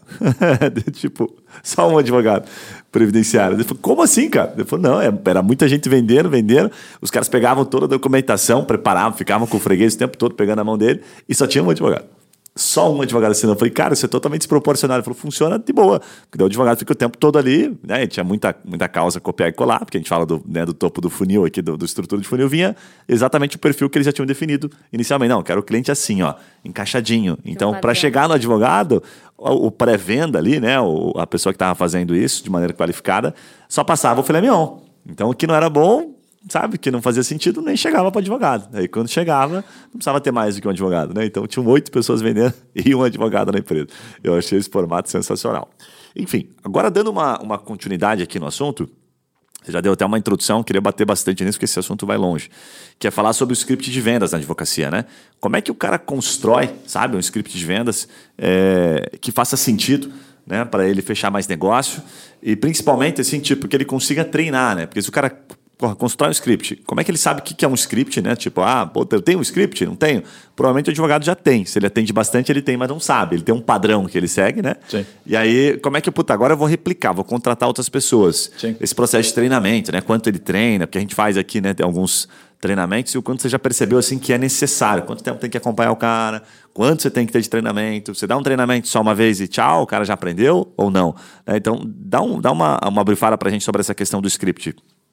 Tipo, só um advogado previdenciário. Ele falou, como assim, cara? Ele falou, não, era muita gente vendendo, vendendo. Os caras pegavam toda a documentação, preparavam, ficavam com o freguês o tempo todo pegando a mão dele e só tinha um advogado. Só um advogado assinando. Eu falei, cara, isso é totalmente desproporcional. Ele falou, funciona de boa. Porque o advogado fica o tempo todo ali, né? E tinha muita, muita causa copiar e colar, porque a gente fala do, né, do topo do funil aqui, do, do estrutura de funil, vinha exatamente o perfil que eles já tinham definido inicialmente. Não, quero o cliente assim, ó, encaixadinho. Então, para chegar no advogado, o, o pré-venda ali, né? O, a pessoa que estava fazendo isso de maneira qualificada, só passava o filé mignon. Então, o que não era bom, sabe, que não fazia sentido, nem chegava para o advogado. Aí quando chegava, não precisava ter mais do que um advogado, né? Então tinham oito pessoas vendendo e um advogado na empresa. Eu achei esse formato sensacional. Enfim, agora dando uma, uma continuidade aqui no assunto, você já deu até uma introdução, queria bater bastante nisso, porque esse assunto vai longe, que é falar sobre o script de vendas na advocacia, né? Como é que o cara constrói, sabe, um script de vendas é, que faça sentido, né, para ele fechar mais negócio e principalmente, assim, tipo, que ele consiga treinar, né? Porque se o cara constrói um script, como é que ele sabe o que é um script, né? Tipo, ah, pô, eu tenho um script? Não tenho? Provavelmente o advogado já tem. Se ele atende bastante, ele tem, mas não sabe. Ele tem um padrão que ele segue, né? Sim. E aí, como é que, puta, agora eu vou replicar, vou contratar outras pessoas. Sim. Esse processo de treinamento, né? Quanto ele treina, porque a gente faz aqui, né? Tem alguns treinamentos e o quanto você já percebeu, assim, que é necessário. Quanto tempo tem que acompanhar o cara, quanto você tem que ter de treinamento. Você dá um treinamento só uma vez e tchau, o cara já aprendeu ou não? Então, dá, um, dá uma, uma brifada pra gente sobre essa questão do script.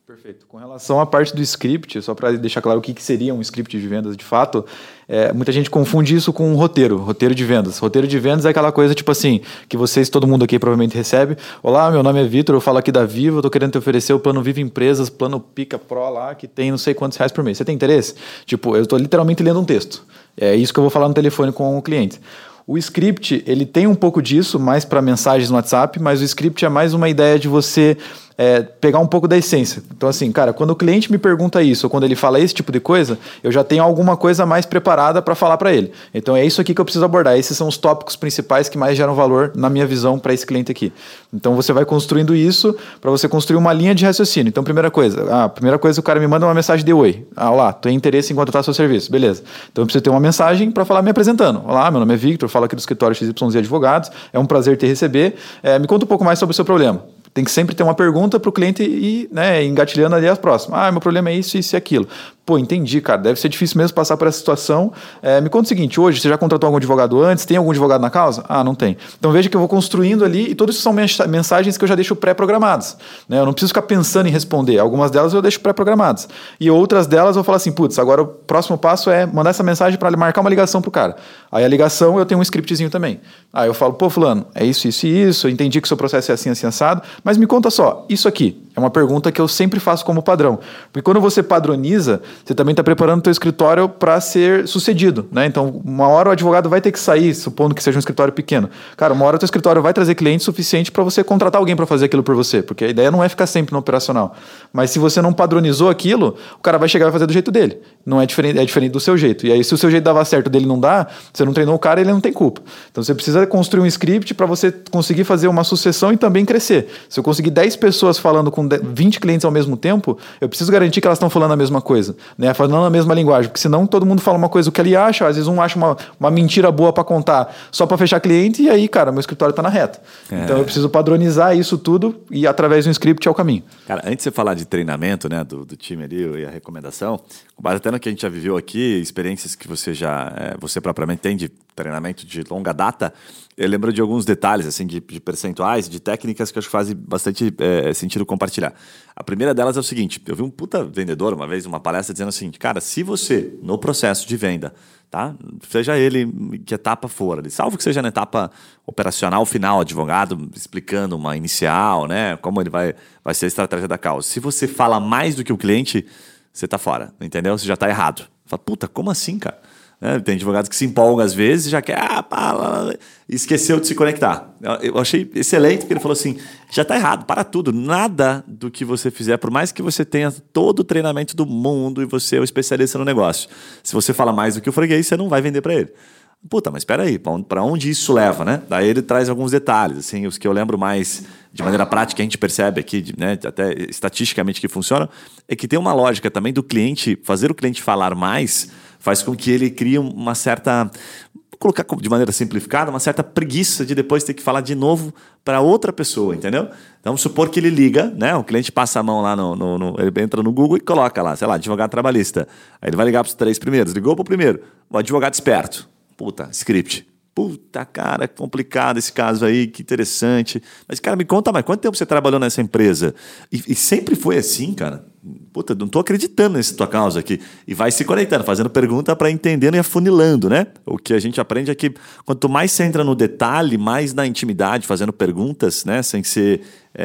Perfeito. Com relação à parte do script, só para deixar claro o que, que seria um script de vendas de fato, é, muita gente confunde isso com um roteiro, roteiro de vendas. Roteiro de vendas é aquela coisa tipo assim, que vocês, todo mundo aqui provavelmente recebe. Olá, meu nome é Vitor, eu falo aqui da Vivo, eu tô querendo te oferecer o plano Vivo Empresas, plano Pica Pro lá, que tem não sei quantos reais por mês. Você tem interesse? Tipo, eu estou literalmente lendo um texto. É isso que eu vou falar no telefone com o cliente. O script, ele tem um pouco disso, mais para mensagens no WhatsApp, mas o script é mais uma ideia de você é, pegar um pouco da essência. Então, assim, cara, quando o cliente me pergunta isso, ou quando ele fala esse tipo de coisa, eu já tenho alguma coisa mais preparada para falar para ele. Então, é isso aqui que eu preciso abordar. Esses são os tópicos principais que mais geram valor, na minha visão, para esse cliente aqui. Então, você vai construindo isso para você construir uma linha de raciocínio. Então, primeira coisa, a primeira coisa, o cara me manda uma mensagem de oi. Ah, olá, tem interesse em contratar seu serviço. Beleza. Então, eu preciso ter uma mensagem para falar me apresentando. Olá, meu nome é Victor, falo aqui do escritório X Y Z Advogados. É um prazer te receber. É, me conta um pouco mais sobre o seu problema. Tem que sempre ter uma pergunta para o cliente ir, né, engatilhando ali as próximas. Ah, meu problema é isso, isso e aquilo. Pô, entendi, cara. Deve ser difícil mesmo passar por essa situação. É, me conta o seguinte, hoje você já contratou algum advogado antes? Tem algum advogado na causa? Ah, não tem. Então veja que eu vou construindo ali e todas isso são mensagens que eu já deixo pré-programadas. Né? Eu não preciso ficar pensando em responder. Algumas delas eu deixo pré-programadas. E outras delas eu vou falar assim, putz, agora o próximo passo é mandar essa mensagem para marcar uma ligação pro cara. Aí a ligação eu tenho um scriptzinho também. Aí eu falo, pô, fulano, é isso, isso e isso. Eu entendi que o seu processo é assim, assim, assado. Mas me conta só, isso aqui é uma pergunta que eu sempre faço como padrão. Porque quando você padroniza, você também está preparando o teu escritório para ser sucedido, né? Então, uma hora o advogado vai ter que sair, supondo que seja um escritório pequeno. Cara, uma hora o teu escritório vai trazer cliente suficiente para você contratar alguém para fazer aquilo por você, porque a ideia não é ficar sempre no operacional. Mas se você não padronizou aquilo, o cara vai chegar e vai fazer do jeito dele. Não é diferente, é diferente do seu jeito. E aí, se o seu jeito dava certo, dele não dá, você não treinou o cara, ele não tem culpa. Então, você precisa construir um script para você conseguir fazer uma sucessão e também crescer. Se eu conseguir dez pessoas falando com vinte clientes ao mesmo tempo, eu preciso garantir que elas estão falando a mesma coisa, né? Falando a mesma linguagem, porque senão todo mundo fala uma coisa o que ele acha, às vezes um acha uma, uma mentira boa para contar só para fechar cliente e aí, cara, meu escritório está na reta. É. Então eu preciso padronizar isso tudo e através do script é o caminho. Cara, antes de você falar de treinamento, né, do, do time ali e a recomendação, com base até no que a gente já viveu aqui, experiências que você já, é, você propriamente tem de treinamento de longa data, eu lembro de alguns detalhes, assim, de, de percentuais, de técnicas que eu acho que fazem bastante é, sentido compartilhar. A primeira delas é o seguinte, eu vi um puta vendedor uma vez, uma palestra, dizendo assim, cara, se você, no processo de venda, tá, seja ele que etapa for, ali, salvo que seja na etapa operacional final, advogado explicando uma inicial, né, como ele vai, vai ser a estratégia da causa. Se você fala mais do que o cliente, você tá fora, entendeu? Você já tá errado. Fala, puta, como assim, cara? É, tem advogados que se empolgam às vezes e já quer ah, pá, lá, lá, esqueceu de se conectar. Eu, eu achei excelente porque ele falou assim, já está errado, para tudo, nada do que você fizer, por mais que você tenha todo o treinamento do mundo e você é o especialista no negócio, se você fala mais do que o freguês, você não vai vender para ele. Puta, mas espera aí, para onde isso leva, né? Daí ele traz alguns detalhes, assim, os que eu lembro mais de maneira prática, a gente percebe aqui, né, até estatisticamente que funciona, é que tem uma lógica também do cliente, fazer o cliente falar mais faz com que ele crie uma certa, vou colocar de maneira simplificada, uma certa preguiça de depois ter que falar de novo para outra pessoa, entendeu? Então, vamos supor que ele liga, né? O cliente passa a mão lá, no, no, no, ele entra no Google e coloca lá, sei lá, advogado trabalhista. Aí ele vai ligar para os três primeiros, ligou para o primeiro, o advogado esperto. Puta, script. Puta, cara, complicado esse caso aí, que interessante. Mas, cara, me conta mais, quanto tempo você trabalhou nessa empresa? E, e sempre foi assim, cara? Puta, não tô acreditando nessa tua causa aqui. E vai se conectando, fazendo pergunta para entendendo e afunilando, né? O que a gente aprende é que quanto mais você entra no detalhe, mais na intimidade, fazendo perguntas, né? Sem ser,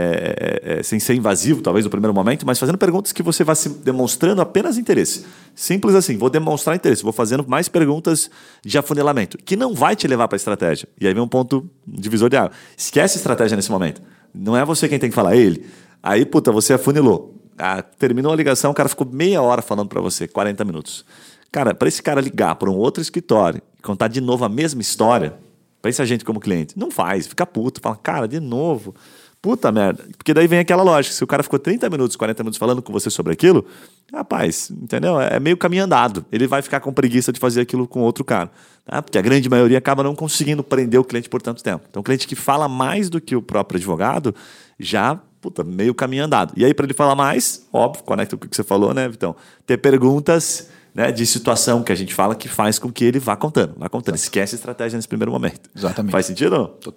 é, é, sem ser invasivo, talvez, no primeiro momento, mas fazendo perguntas que você vai se demonstrando apenas interesse. Simples assim, vou demonstrar interesse, vou fazendo mais perguntas de afunilamento, que não vai te levar para a estratégia. E aí vem um ponto divisor de água. Esquece a estratégia nesse momento. Não é você quem tem que falar, é ele. Aí, puta, você afunilou. Ah, terminou a ligação, o cara ficou meia hora falando para você, quarenta minutos. Cara, para esse cara ligar para um outro escritório e contar de novo a mesma história, para esse agente como cliente, não faz, fica puto, fala, cara, de novo, puta merda. Porque daí vem aquela lógica, se o cara ficou trinta minutos, quarenta minutos falando com você sobre aquilo, rapaz, entendeu? É meio caminho andado. Ele vai ficar com preguiça de fazer aquilo com outro cara, tá? Porque a grande maioria acaba não conseguindo prender o cliente por tanto tempo. Então, o cliente que fala mais do que o próprio advogado, já... Puta, meio caminho andado. E aí, para ele falar mais, óbvio, conecta com o que você falou, né, Vitão? Ter perguntas, né, de situação que a gente fala que faz com que ele vá contando. Vá contando. Exato. Esquece a estratégia nesse primeiro momento. Exatamente. Faz sentido ou não? Total.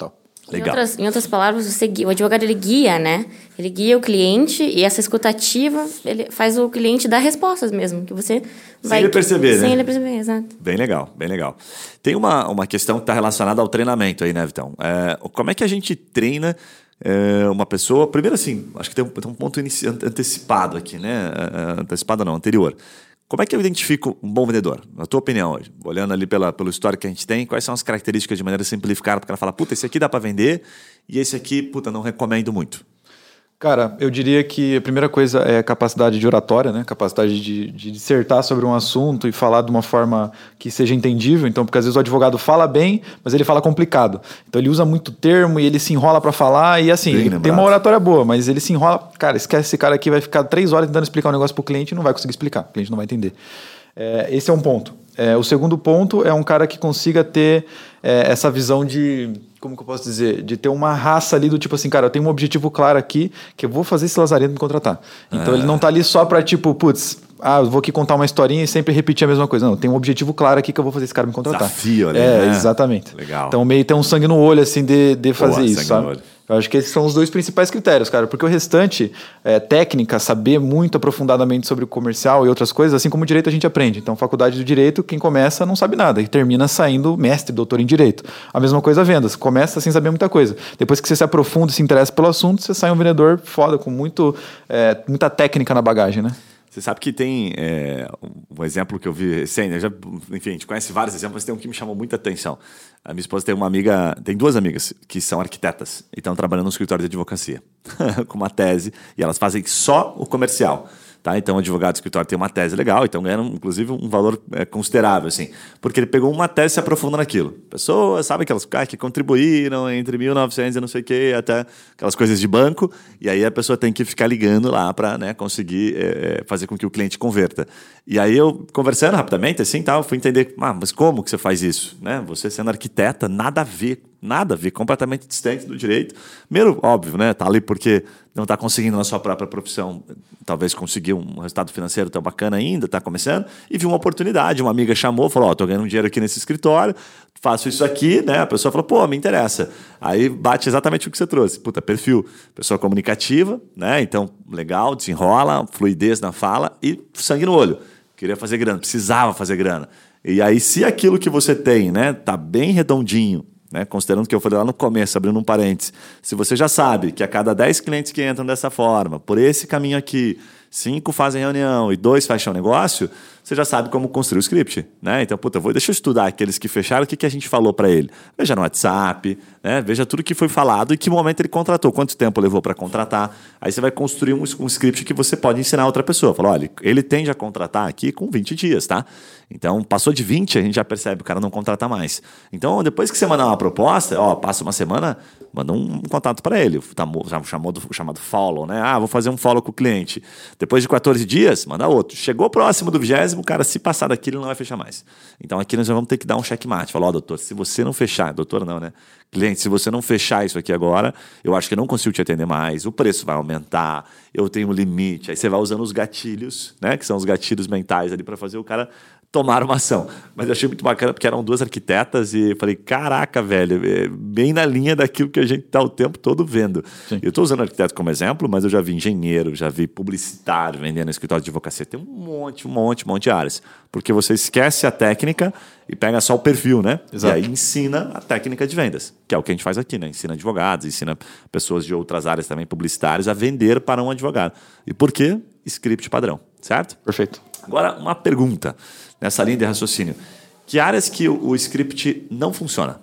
Legal. Em outras, em outras palavras, você guia, o advogado ele guia, né? Ele guia o cliente e essa escutativa ele faz o cliente dar respostas mesmo, que você vai... Sem ele perceber, sem né? Sem ele perceber, exato. Bem legal, bem legal. Tem uma, uma questão que está relacionada ao treinamento aí, né, Vitão? É, como é que a gente treina é, uma pessoa... Primeiro assim, acho que tem um, tem um ponto inici- antecipado aqui, né? É, antecipado não, anterior. Como é que eu identifico um bom vendedor? Na tua opinião hoje, olhando ali pela, pelo histórico que a gente tem, quais são as características de maneira simplificada para o cara falar, puta, esse aqui dá para vender e esse aqui, puta, não recomendo muito? Cara, eu diria que a primeira coisa é a capacidade de oratória, né? Capacidade de, de dissertar sobre um assunto e falar de uma forma que seja entendível. Então, porque às vezes o advogado fala bem, mas ele fala complicado. Então ele usa muito termo e ele se enrola para falar e assim, ele tem uma oratória boa, mas ele se enrola. Cara, esquece esse cara aqui, vai ficar três horas tentando explicar um negócio pro cliente e não vai conseguir explicar. O cliente não vai entender. É, esse é um ponto. É, o segundo ponto é um cara que consiga ter é, essa visão de... Como que eu posso dizer? De ter uma raça ali do tipo assim, cara, eu tenho um objetivo claro aqui, que eu vou fazer esse lazarento me contratar. Então ah. ele não tá ali só pra tipo, putz, ah, eu vou aqui contar uma historinha e sempre repetir a mesma coisa. Não, tem um objetivo claro aqui que eu vou fazer esse cara me contratar. Desafio, né? É, exatamente. Legal. Então meio tem um sangue no olho, assim, de, de fazer Boa, isso, sabe? Eu acho que esses são os dois principais critérios, cara, porque o restante, é, técnica, saber muito aprofundadamente sobre o comercial e outras coisas, assim como o direito a gente aprende. Então, faculdade do direito, quem começa não sabe nada e termina saindo mestre, doutor em direito. A mesma coisa vendas, começa sem saber muita coisa. Depois que você se aprofunda e se interessa pelo assunto, você sai um vendedor foda, com muito, é, muita técnica na bagagem, né? Você sabe que tem é, um exemplo que eu vi recente, já, enfim, a gente conhece vários exemplos, mas tem um que me chamou muita atenção. A minha esposa tem uma amiga, tem duas amigas que são arquitetas e estão trabalhando no escritório de advocacia, com uma tese, e elas fazem só o comercial. Tá? Então, o advogado do escritório tem uma tese legal, então ganha, inclusive, um valor é, considerável, assim, porque ele pegou uma tese e se aprofunda naquilo. Pessoas, sabe aquelas ah, que contribuíram entre mil e novecentos e não sei o quê, até aquelas coisas de banco, e aí a pessoa tem que ficar ligando lá para, né, conseguir é, fazer com que o cliente converta. E aí eu, conversando rapidamente, assim, tal, fui entender, ah, mas como que você faz isso? Né? Você sendo arquiteta, nada a ver, nada a ver, completamente distante do direito. Primeiro, óbvio, né, tá ali porque não está conseguindo na sua própria profissão, talvez conseguir um resultado financeiro tão bacana ainda, está começando, e viu uma oportunidade, uma amiga chamou, falou, ó, oh, tô ganhando um dinheiro aqui nesse escritório, faço isso aqui, né? A pessoa falou, pô, me interessa. Aí bate exatamente o que você trouxe. Puta, perfil, pessoa comunicativa, né? Então, legal, desenrola, fluidez na fala e sangue no olho. Queria fazer grana, precisava fazer grana. E aí, se aquilo que você tem, né, tá bem redondinho, né, considerando que eu falei lá no começo, abrindo um parênteses, se você já sabe que a cada dez clientes que entram dessa forma, por esse caminho aqui, cinco fazem reunião e dois fecham negócio, você já sabe como construir o script, né? Então, puta, vou, deixa eu estudar aqueles que fecharam, o que, que a gente falou para ele. Veja no WhatsApp, né? Veja tudo que foi falado e que momento ele contratou, quanto tempo levou para contratar. Aí você vai construir um, um script que você pode ensinar a outra pessoa. Fala, olha, ele tende a contratar aqui com vinte dias, tá? Então, passou de vinte, a gente já percebe, o cara não contrata mais. Então, depois que você mandar uma proposta, ó, passa uma semana, manda um contato para ele, tá, chamou do, chamado follow, né? Ah, vou fazer um follow com o cliente. Depois de quatorze dias, manda outro. Chegou próximo do vigésimo, o cara, se passar daqui, ele não vai fechar mais. Então, aqui nós vamos ter que dar um checkmate. Falar, ó, doutor, se você não fechar, doutor não, né? Cliente, se você não fechar isso aqui agora, eu acho que eu não consigo te atender mais, o preço vai aumentar, eu tenho um limite. Aí você vai usando os gatilhos, né? Que são os gatilhos mentais ali para fazer o cara tomar uma ação. Mas eu achei muito bacana porque eram duas arquitetas e falei, caraca, velho, é bem na linha daquilo que a gente está o tempo todo vendo. Sim. Eu estou usando arquiteto como exemplo, mas eu já vi engenheiro, já vi publicitário vendendo escritório de advocacia. Tem um monte, um monte, um monte de áreas. Porque você esquece a técnica e pega só o perfil, né? Exato. E aí ensina a técnica de vendas, que é o que a gente faz aqui, né? Ensina advogados, ensina pessoas de outras áreas também, publicitários, a vender para um advogado. E por quê? Script padrão, certo? Perfeito. Agora, uma pergunta nessa linha de raciocínio. Que áreas que o, o script não funciona?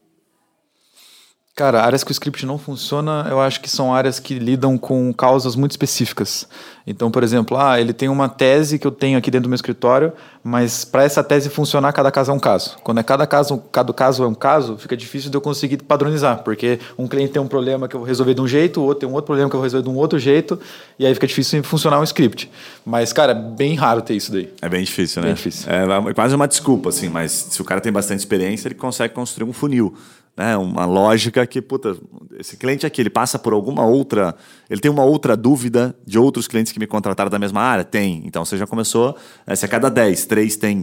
Cara, áreas que o script não funciona, eu acho que são áreas que lidam com causas muito específicas. Então, por exemplo, ah, ele tem uma tese que eu tenho aqui dentro do meu escritório, mas para essa tese funcionar, cada caso é um caso. Quando é cada caso, cada caso é um caso, fica difícil de eu conseguir padronizar, porque um cliente tem um problema que eu vou resolver de um jeito, o outro tem um outro problema que eu vou resolver de um outro jeito, e aí fica difícil de funcionar um script. Mas, cara, é bem raro ter isso daí. É bem difícil, né? Bem difícil. É quase uma desculpa, assim, mas se o cara tem bastante experiência, ele consegue construir um funil. Né, uma lógica que, puta, esse cliente aqui, ele passa por alguma outra... Ele tem uma outra dúvida de outros clientes que me contrataram da mesma área? Tem. Então, você já começou... Né, se a cada dez, três tem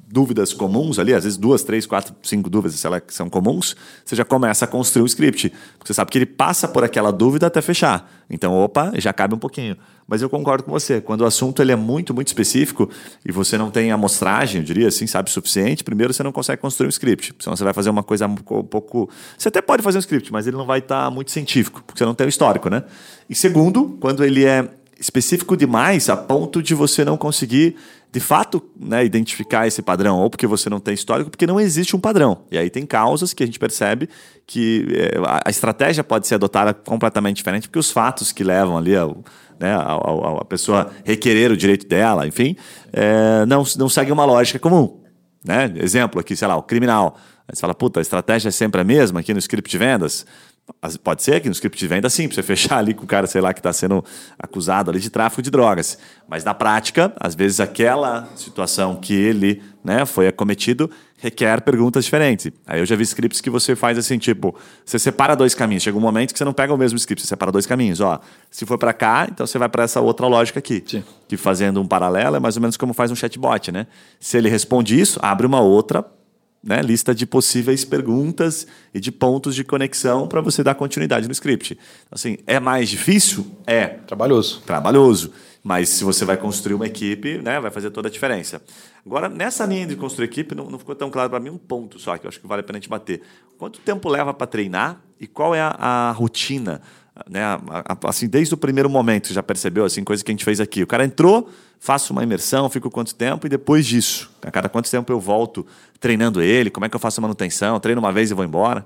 dúvidas comuns ali, às vezes duas, três, quatro, cinco dúvidas, sei lá, que são comuns, você já começa a construir um script. Porque você sabe que ele passa por aquela dúvida até fechar. Então, opa, já cabe um pouquinho. Mas eu concordo com você. Quando o assunto ele é muito, muito específico e você não tem amostragem, eu diria assim, sabe, suficiente, primeiro você não consegue construir um script. Senão você vai fazer uma coisa um pouco... Você até pode fazer um script, mas ele não vai estar muito científico, porque você não tem o histórico, né? E segundo, quando ele é específico demais a ponto de você não conseguir, de fato, né, identificar esse padrão, ou porque você não tem histórico, porque não existe um padrão. E aí tem causas que a gente percebe que é, a estratégia pode ser adotada completamente diferente, porque os fatos que levam ali ao, né, a, a, a pessoa requerer o direito dela, enfim, é, não, não segue uma lógica comum. Né? Exemplo aqui, sei lá, o criminal. Aí você fala, puta, a estratégia é sempre a mesma aqui no script de vendas? Pode ser que no script de venda, sim, para você fechar ali com o cara, sei lá, que está sendo acusado ali de tráfico de drogas. Mas na prática, às vezes aquela situação que ele, né, foi acometido requer perguntas diferentes. Aí eu já vi scripts que você faz assim, tipo, você separa dois caminhos. Chega um momento que você não pega o mesmo script, você separa dois caminhos. Ó, se for para cá, então você vai para essa outra lógica aqui. Sim. Que fazendo um paralelo é mais ou menos como faz um chatbot, né? Se ele responde isso, abre uma outra, né, lista de possíveis perguntas e de pontos de conexão para você dar continuidade no script. Assim, é mais difícil? É. Trabalhoso. Trabalhoso. Mas se você vai construir uma equipe, né, vai fazer toda a diferença. Agora, nessa linha de construir equipe, não, não ficou tão claro para mim um ponto só, que eu acho que vale a pena a gente bater. Quanto tempo leva para treinar e qual é a, a rotina? Né, a, a, assim, desde o primeiro momento, você já percebeu, assim, coisa que a gente fez aqui. O cara entrou, faço uma imersão, fico quanto tempo e depois disso? A cada quanto tempo eu volto treinando ele? Como é que eu faço a manutenção? Treino uma vez e vou embora?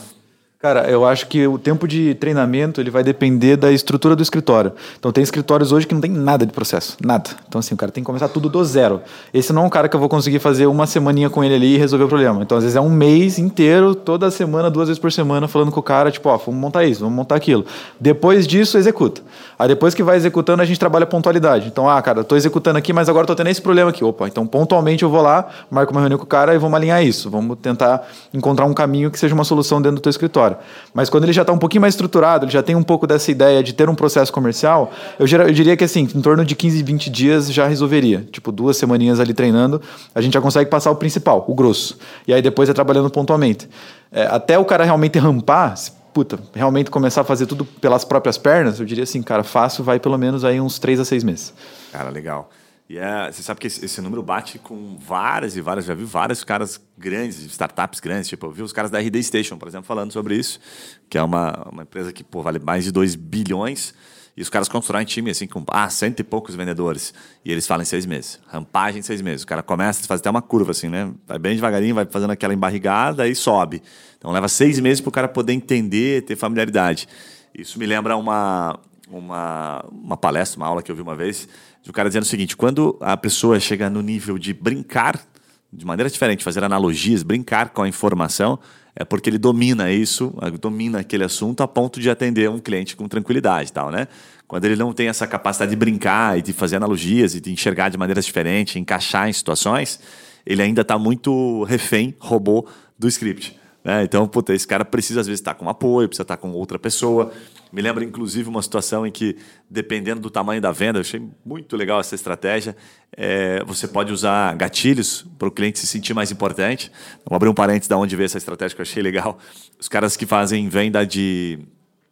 Cara, eu acho que o tempo de treinamento ele vai depender da estrutura do escritório. Então, tem escritórios hoje que não tem nada de processo, nada. Então, assim, o cara tem que começar tudo do zero. Esse não é um cara que eu vou conseguir fazer uma semaninha com ele ali e resolver o problema. Então, às vezes é um mês inteiro, toda semana, duas vezes por semana, falando com o cara, tipo, ó, vamos montar isso, vamos montar aquilo. Depois disso, executa. Aí, depois que vai executando, a gente trabalha pontualidade. Então, ah, cara, eu tô executando aqui, mas agora eu tô tendo esse problema aqui. Opa, então, pontualmente eu vou lá, marco uma reunião com o cara e vamos alinhar isso. Vamos tentar encontrar um caminho que seja uma solução dentro do teu escritório. Mas quando ele já está um pouquinho mais estruturado, ele já tem um pouco dessa ideia de ter um processo comercial, eu, eu diria que assim, em torno de quinze, vinte dias já resolveria. Tipo, duas semaninhas ali treinando, a gente já consegue passar o principal, o grosso. E aí depois é trabalhando pontualmente. É, até o cara realmente rampar, puta, realmente começar a fazer tudo pelas próprias pernas, eu diria assim, cara, fácil, vai pelo menos aí uns três a seis meses. Cara, legal. E é, você sabe que esse, esse número bate com várias e várias, já vi vários caras grandes, startups grandes, tipo, eu vi os caras da R D Station, por exemplo, falando sobre isso, que é uma, uma empresa que, pô, vale mais de dois bilhões, e os caras constroem time, assim, com ah, cento e poucos vendedores, e eles falam em seis meses, rampagem em seis meses, o cara começa a fazer até uma curva, assim, né, vai bem devagarinho, vai fazendo aquela embarrigada e sobe. Então, leva seis meses para o cara poder entender, ter familiaridade. Isso me lembra uma, uma, uma palestra, uma aula que eu vi uma vez, de o cara dizendo o seguinte, quando a pessoa chega no nível de brincar, de maneira diferente, fazer analogias, brincar com a informação, é porque ele domina isso, domina aquele assunto a ponto de atender um cliente com tranquilidade e tal, né? Quando ele não tem essa capacidade de brincar e de fazer analogias e de enxergar de maneiras diferentes, encaixar em situações, ele ainda está muito refém, robô do script. Né? Então, puta, esse cara precisa, às vezes, estar com apoio, precisa estar com outra pessoa. Me lembra, inclusive, uma situação em que, dependendo do tamanho da venda, eu achei muito legal essa estratégia, é, você pode usar gatilhos para o cliente se sentir mais importante. Vou abrir um parênteses de onde veio essa estratégia que eu achei legal. Os caras que fazem venda de...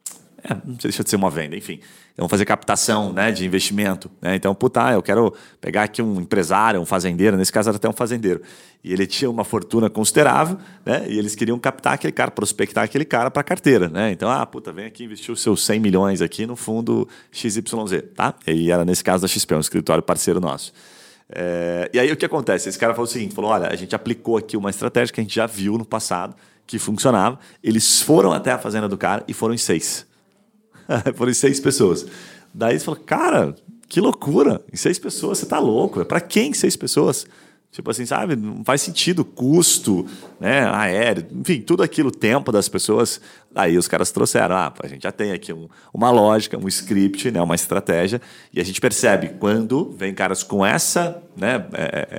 É, não sei, deixa de ser uma venda, enfim. Vão fazer captação, né, de investimento. Né? Então, puta, eu quero pegar aqui um empresário, um fazendeiro, nesse caso era até um fazendeiro. E ele tinha uma fortuna considerável, né? E eles queriam captar aquele cara, prospectar aquele cara para a carteira. Né? Então, ah, puta, vem aqui investir os seus cem milhões aqui no fundo X Y Z. Tá? E era nesse caso da X P, um escritório parceiro nosso. É, e aí o que acontece? Esse cara falou o seguinte, falou, olha, a gente aplicou aqui uma estratégia que a gente já viu no passado, que funcionava. Eles foram até a fazenda do cara e foram em seis. Foram seis pessoas. Daí você falou, cara, que loucura. Em seis pessoas, você tá louco. Para quem seis pessoas? Tipo assim, sabe? Não faz sentido. Custo, né? Aéreo, enfim, tudo aquilo, tempo das pessoas. Aí os caras trouxeram, ah, a gente já tem aqui um, uma lógica, um script, né? Uma estratégia. E a gente percebe quando vem caras com essa, né? É, é,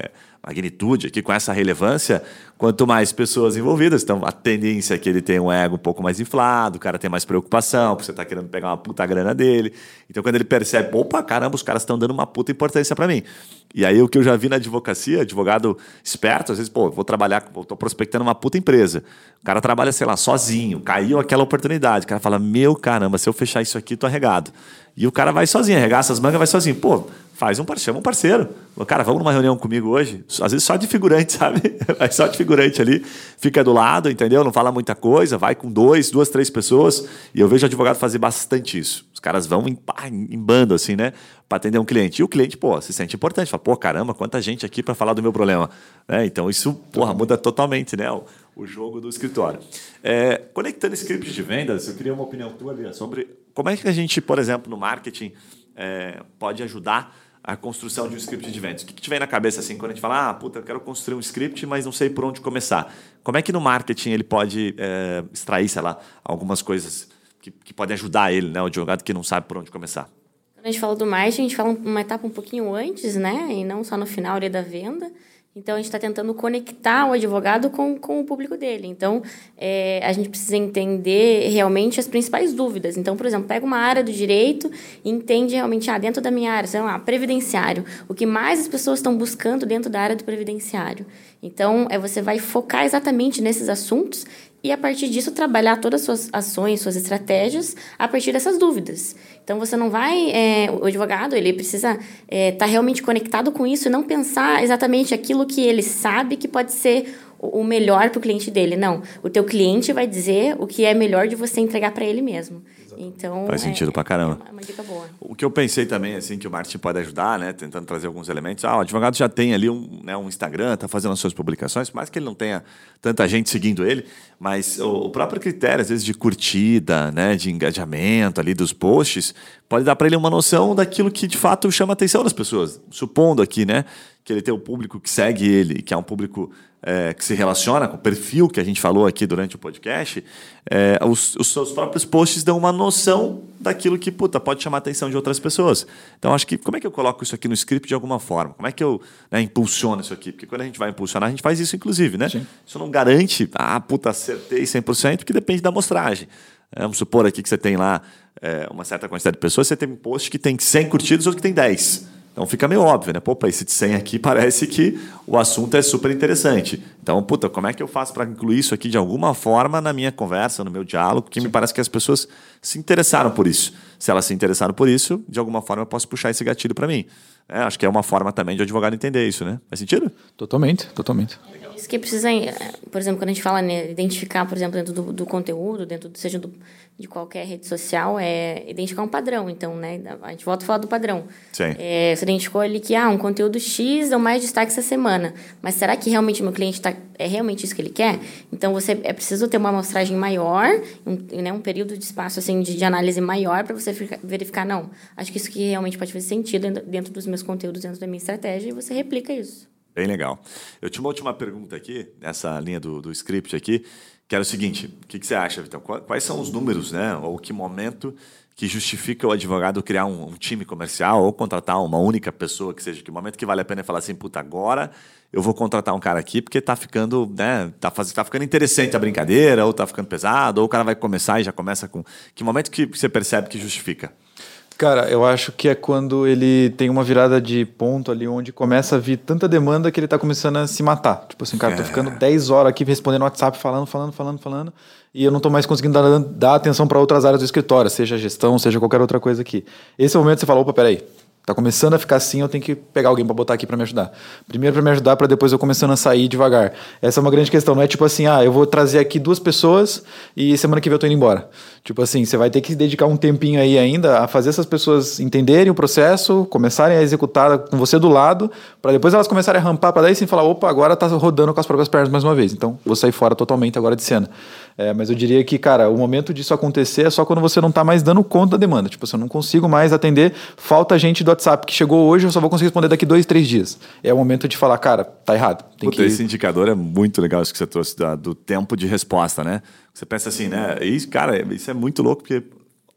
magnitude aqui, com essa relevância, quanto mais pessoas envolvidas. Então, a tendência é que ele tenha um ego um pouco mais inflado, o cara tem mais preocupação, porque você está querendo pegar uma puta grana dele. Então, quando ele percebe, opa, caramba, os caras estão dando uma puta importância para mim. E aí, o que eu já vi na advocacia, advogado esperto, às vezes, pô, vou trabalhar, estou prospectando uma puta empresa. O cara trabalha, sei lá, sozinho, caiu aquela oportunidade. O cara fala, meu caramba, se eu fechar isso aqui, tô arregado. E o cara vai sozinho, arregaça as mangas, vai sozinho. Pô, faz um parceiro, chama um parceiro. Cara, vamos numa reunião comigo hoje? Às vezes só de figurante, sabe? Vai só de figurante ali, fica do lado, entendeu? Não fala muita coisa, vai com dois, duas, três pessoas. E eu vejo advogado fazer bastante isso. Os caras vão em, em bando, assim, né? Para atender um cliente. E o cliente, pô, se sente importante. Fala, pô, caramba, quanta gente aqui para falar do meu problema. Né? Então, isso, porra, muda totalmente, né? O, o jogo do escritório. É, conectando scripts de vendas, eu queria uma opinião tua, Lia, sobre como é que a gente, por exemplo, no marketing, é, pode ajudar a construção de um script de vendas. O que, que te vem na cabeça assim quando a gente fala, ah, puta, eu quero construir um script, mas não sei por onde começar. Como é que no marketing ele pode é, extrair, sei lá, algumas coisas que, que podem ajudar ele, né, o advogado que não sabe por onde começar? Quando a gente fala do marketing, a gente fala uma etapa um pouquinho antes, né, e não só no final ali da venda. Então, a gente está tentando conectar o advogado com, com o público dele. Então, é, a gente precisa entender realmente as principais dúvidas. Então, por exemplo, pega uma área do direito e entende realmente, ah, dentro da minha área, sei lá, previdenciário. O que mais as pessoas estão buscando dentro da área do previdenciário. Então, é, você vai focar exatamente nesses assuntos e, a partir disso, trabalhar todas as suas ações, suas estratégias a partir dessas dúvidas. Então, você não vai... É, o advogado, ele precisa estar é, tá realmente conectado com isso e não pensar exatamente aquilo que ele sabe que pode ser o melhor para o cliente dele. Não, o teu cliente vai dizer o que é melhor de você entregar para ele mesmo. Então, faz sentido é, pra caramba. É uma dica boa. O que eu pensei também, assim, que o marketing pode ajudar, né, tentando trazer alguns elementos. Ah, o advogado já tem ali um, né, um Instagram, está fazendo as suas publicações, por mais que ele não tenha tanta gente seguindo ele, mas o, o próprio critério, às vezes, de curtida, né, de engajamento ali dos posts, pode dar para ele uma noção daquilo que, de fato, chama a atenção das pessoas. Supondo aqui, né, que ele tem um público que segue ele, que é um público é, que se relaciona com o perfil que a gente falou aqui durante o podcast, é, os, os seus próprios posts dão uma noção daquilo que, puta, pode chamar a atenção de outras pessoas. Então, acho que, como é que eu coloco isso aqui no script de alguma forma? Como é que eu, né, impulsiono isso aqui? Porque quando a gente vai impulsionar, a gente faz isso, inclusive, né? Sim. Isso não garante, ah, puta, acertei cem por cento, porque depende da amostragem. É, vamos supor aqui que você tem lá é, uma certa quantidade de pessoas, você tem um post que tem cem curtidas, outro que tem dez. Então fica meio óbvio, né? Pô, esse de cem aqui parece que o assunto é super interessante. Então, puta, como é que eu faço para incluir isso aqui de alguma forma na minha conversa, no meu diálogo? Porque me parece que as pessoas se interessaram por isso. Se elas se interessaram por isso, de alguma forma eu posso puxar esse gatilho para mim. É, acho que é uma forma também de o advogado entender isso, né? Faz sentido? Totalmente, totalmente. Isso que precisa, por exemplo, quando a gente fala, né, identificar, por exemplo, dentro do, do conteúdo, dentro do, seja do, de qualquer rede social, é identificar um padrão. Então, né, a gente volta a falar do padrão. Sim. É, você identificou ali que ah, um conteúdo X deu mais destaque essa semana. Mas será que realmente o meu cliente tá, é realmente isso que ele quer? Então, você é preciso ter uma amostragem maior, um, né, um período de espaço assim, de, de análise maior para você ficar, verificar, não, acho que isso que realmente pode fazer sentido dentro, dentro dos meus conteúdos, dentro da minha estratégia, e você replica isso. Bem legal. Eu tinha uma última pergunta aqui, nessa linha do, do script aqui, que era o seguinte, o que, que você acha, Vitão? Quais são os números, né, ou que momento que justifica o advogado criar um, um time comercial ou contratar uma única pessoa, que seja, que momento que vale a pena falar assim, puta, agora eu vou contratar um cara aqui porque tá ficando, né, tá, faz, tá ficando interessante a brincadeira, ou tá ficando pesado, ou o cara vai começar e já começa com... Que momento que você percebe que justifica? Cara, eu acho que é quando ele tem uma virada de ponto ali, onde começa a vir tanta demanda que ele tá começando a se matar. Tipo assim, cara, é. tô ficando dez horas aqui respondendo WhatsApp, falando, falando, falando, falando, e eu não tô mais conseguindo dar, dar atenção para outras áreas do escritório, seja gestão, seja qualquer outra coisa aqui. Esse é o momento que você fala, opa, peraí, tá começando a ficar assim, eu tenho que pegar alguém para botar aqui para me ajudar. Primeiro para me ajudar, para depois eu começando a sair devagar. Essa é uma grande questão, não é tipo assim, ah, eu vou trazer aqui duas pessoas e semana que vem eu tô indo embora. Tipo assim, você vai ter que dedicar um tempinho aí ainda a fazer essas pessoas entenderem o processo, começarem a executar com você do lado, para depois elas começarem a rampar, para daí sim falar, opa, agora tá rodando com as próprias pernas mais uma vez. Então, vou sair fora totalmente agora de cena. É, mas eu diria que, cara, o momento disso acontecer é só quando você não tá mais dando conta da demanda. Tipo, se eu não consigo mais atender, falta gente do WhatsApp que chegou hoje, eu só vou conseguir responder daqui dois, três dias. É o momento de falar, cara, tá errado. Tem Puta, que... Esse indicador é muito legal, isso que você trouxe da, do tempo de resposta, né? Você pensa assim, né? E, cara, isso é muito louco, porque